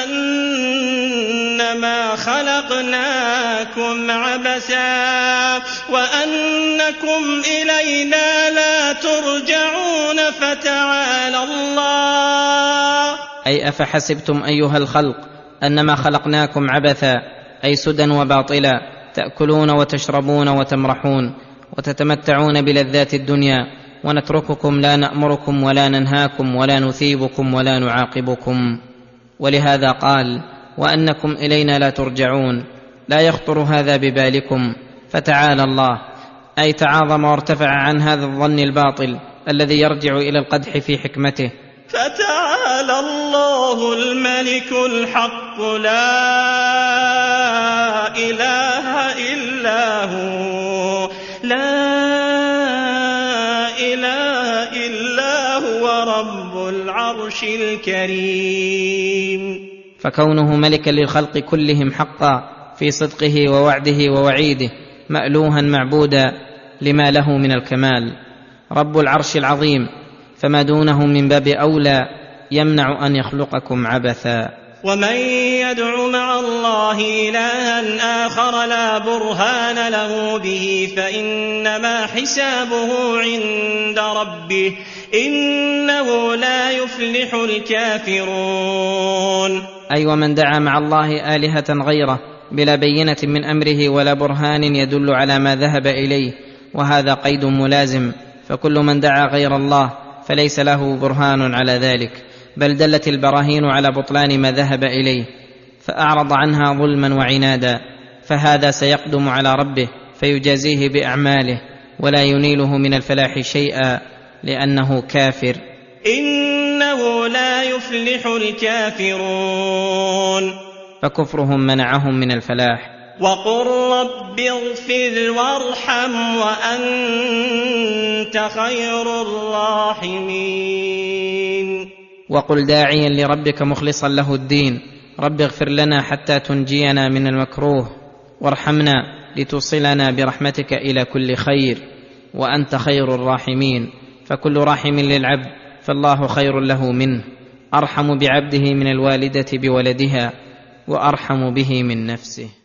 أنما خلقناكم عبثا وأنكم إلينا لا ترجعون فتعالى الله. أي أفحسبتم أيها الخلق أنما خلقناكم عبثا، أي سدى وباطلا، تأكلون وتشربون وتمرحون وتتمتعون بلذات الدنيا، ونترككم لا نأمركم ولا ننهاكم ولا نثيبكم ولا نعاقبكم. ولهذا قال: وأنكم إلينا لا ترجعون. لا يخطر هذا ببالكم، فتعالى الله، أي تعاظم وارتفع عن هذا الظن الباطل الذي يرجع إلى القدح في حكمته. فتعالى الله الملك الحق لا إله إلا هو، لا إله إلا هو رب العرش الكريم. فكونه ملكا للخلق كلهم حقا في صدقه ووعده ووعيده، مألوها معبودا لما له من الكمال، رب العرش العظيم، فما دونه من باب أولى يمنع أن يخلقكم عبثا. ومن يدع مع الله إلها آخر لا برهان له به فإنما حسابه عند ربه إنه لا يفلح الكافرون. أي ومن دعا مع الله آلهة غيره بلا بينة من أمره ولا برهان يدل على ما ذهب إليه، وهذا قيد ملازم، فكل من دعا غير الله فليس له برهان على ذلك، بل دلت البراهين على بطلان ما ذهب إليه، فأعرض عنها ظلما وعنادا، فهذا سيقدم على ربه فيجازيه بأعماله ولا ينيله من الفلاح شيئا لأنه كافر. إنه لا يفلح الكافرون. فكفرهم منعهم من الفلاح. وقل رب اغفر وارحم وأنت خير الراحمين. وقل داعيا لربك مخلصا له الدين: رب اغفر لنا حتى تنجينا من المكروه، وارحمنا لتوصلنا برحمتك إلى كل خير، وأنت خير الراحمين. فكل راحم للعبد فالله خير له منه، أرحم بعبده من الوالدة بولدها، وأرحم به من نفسه.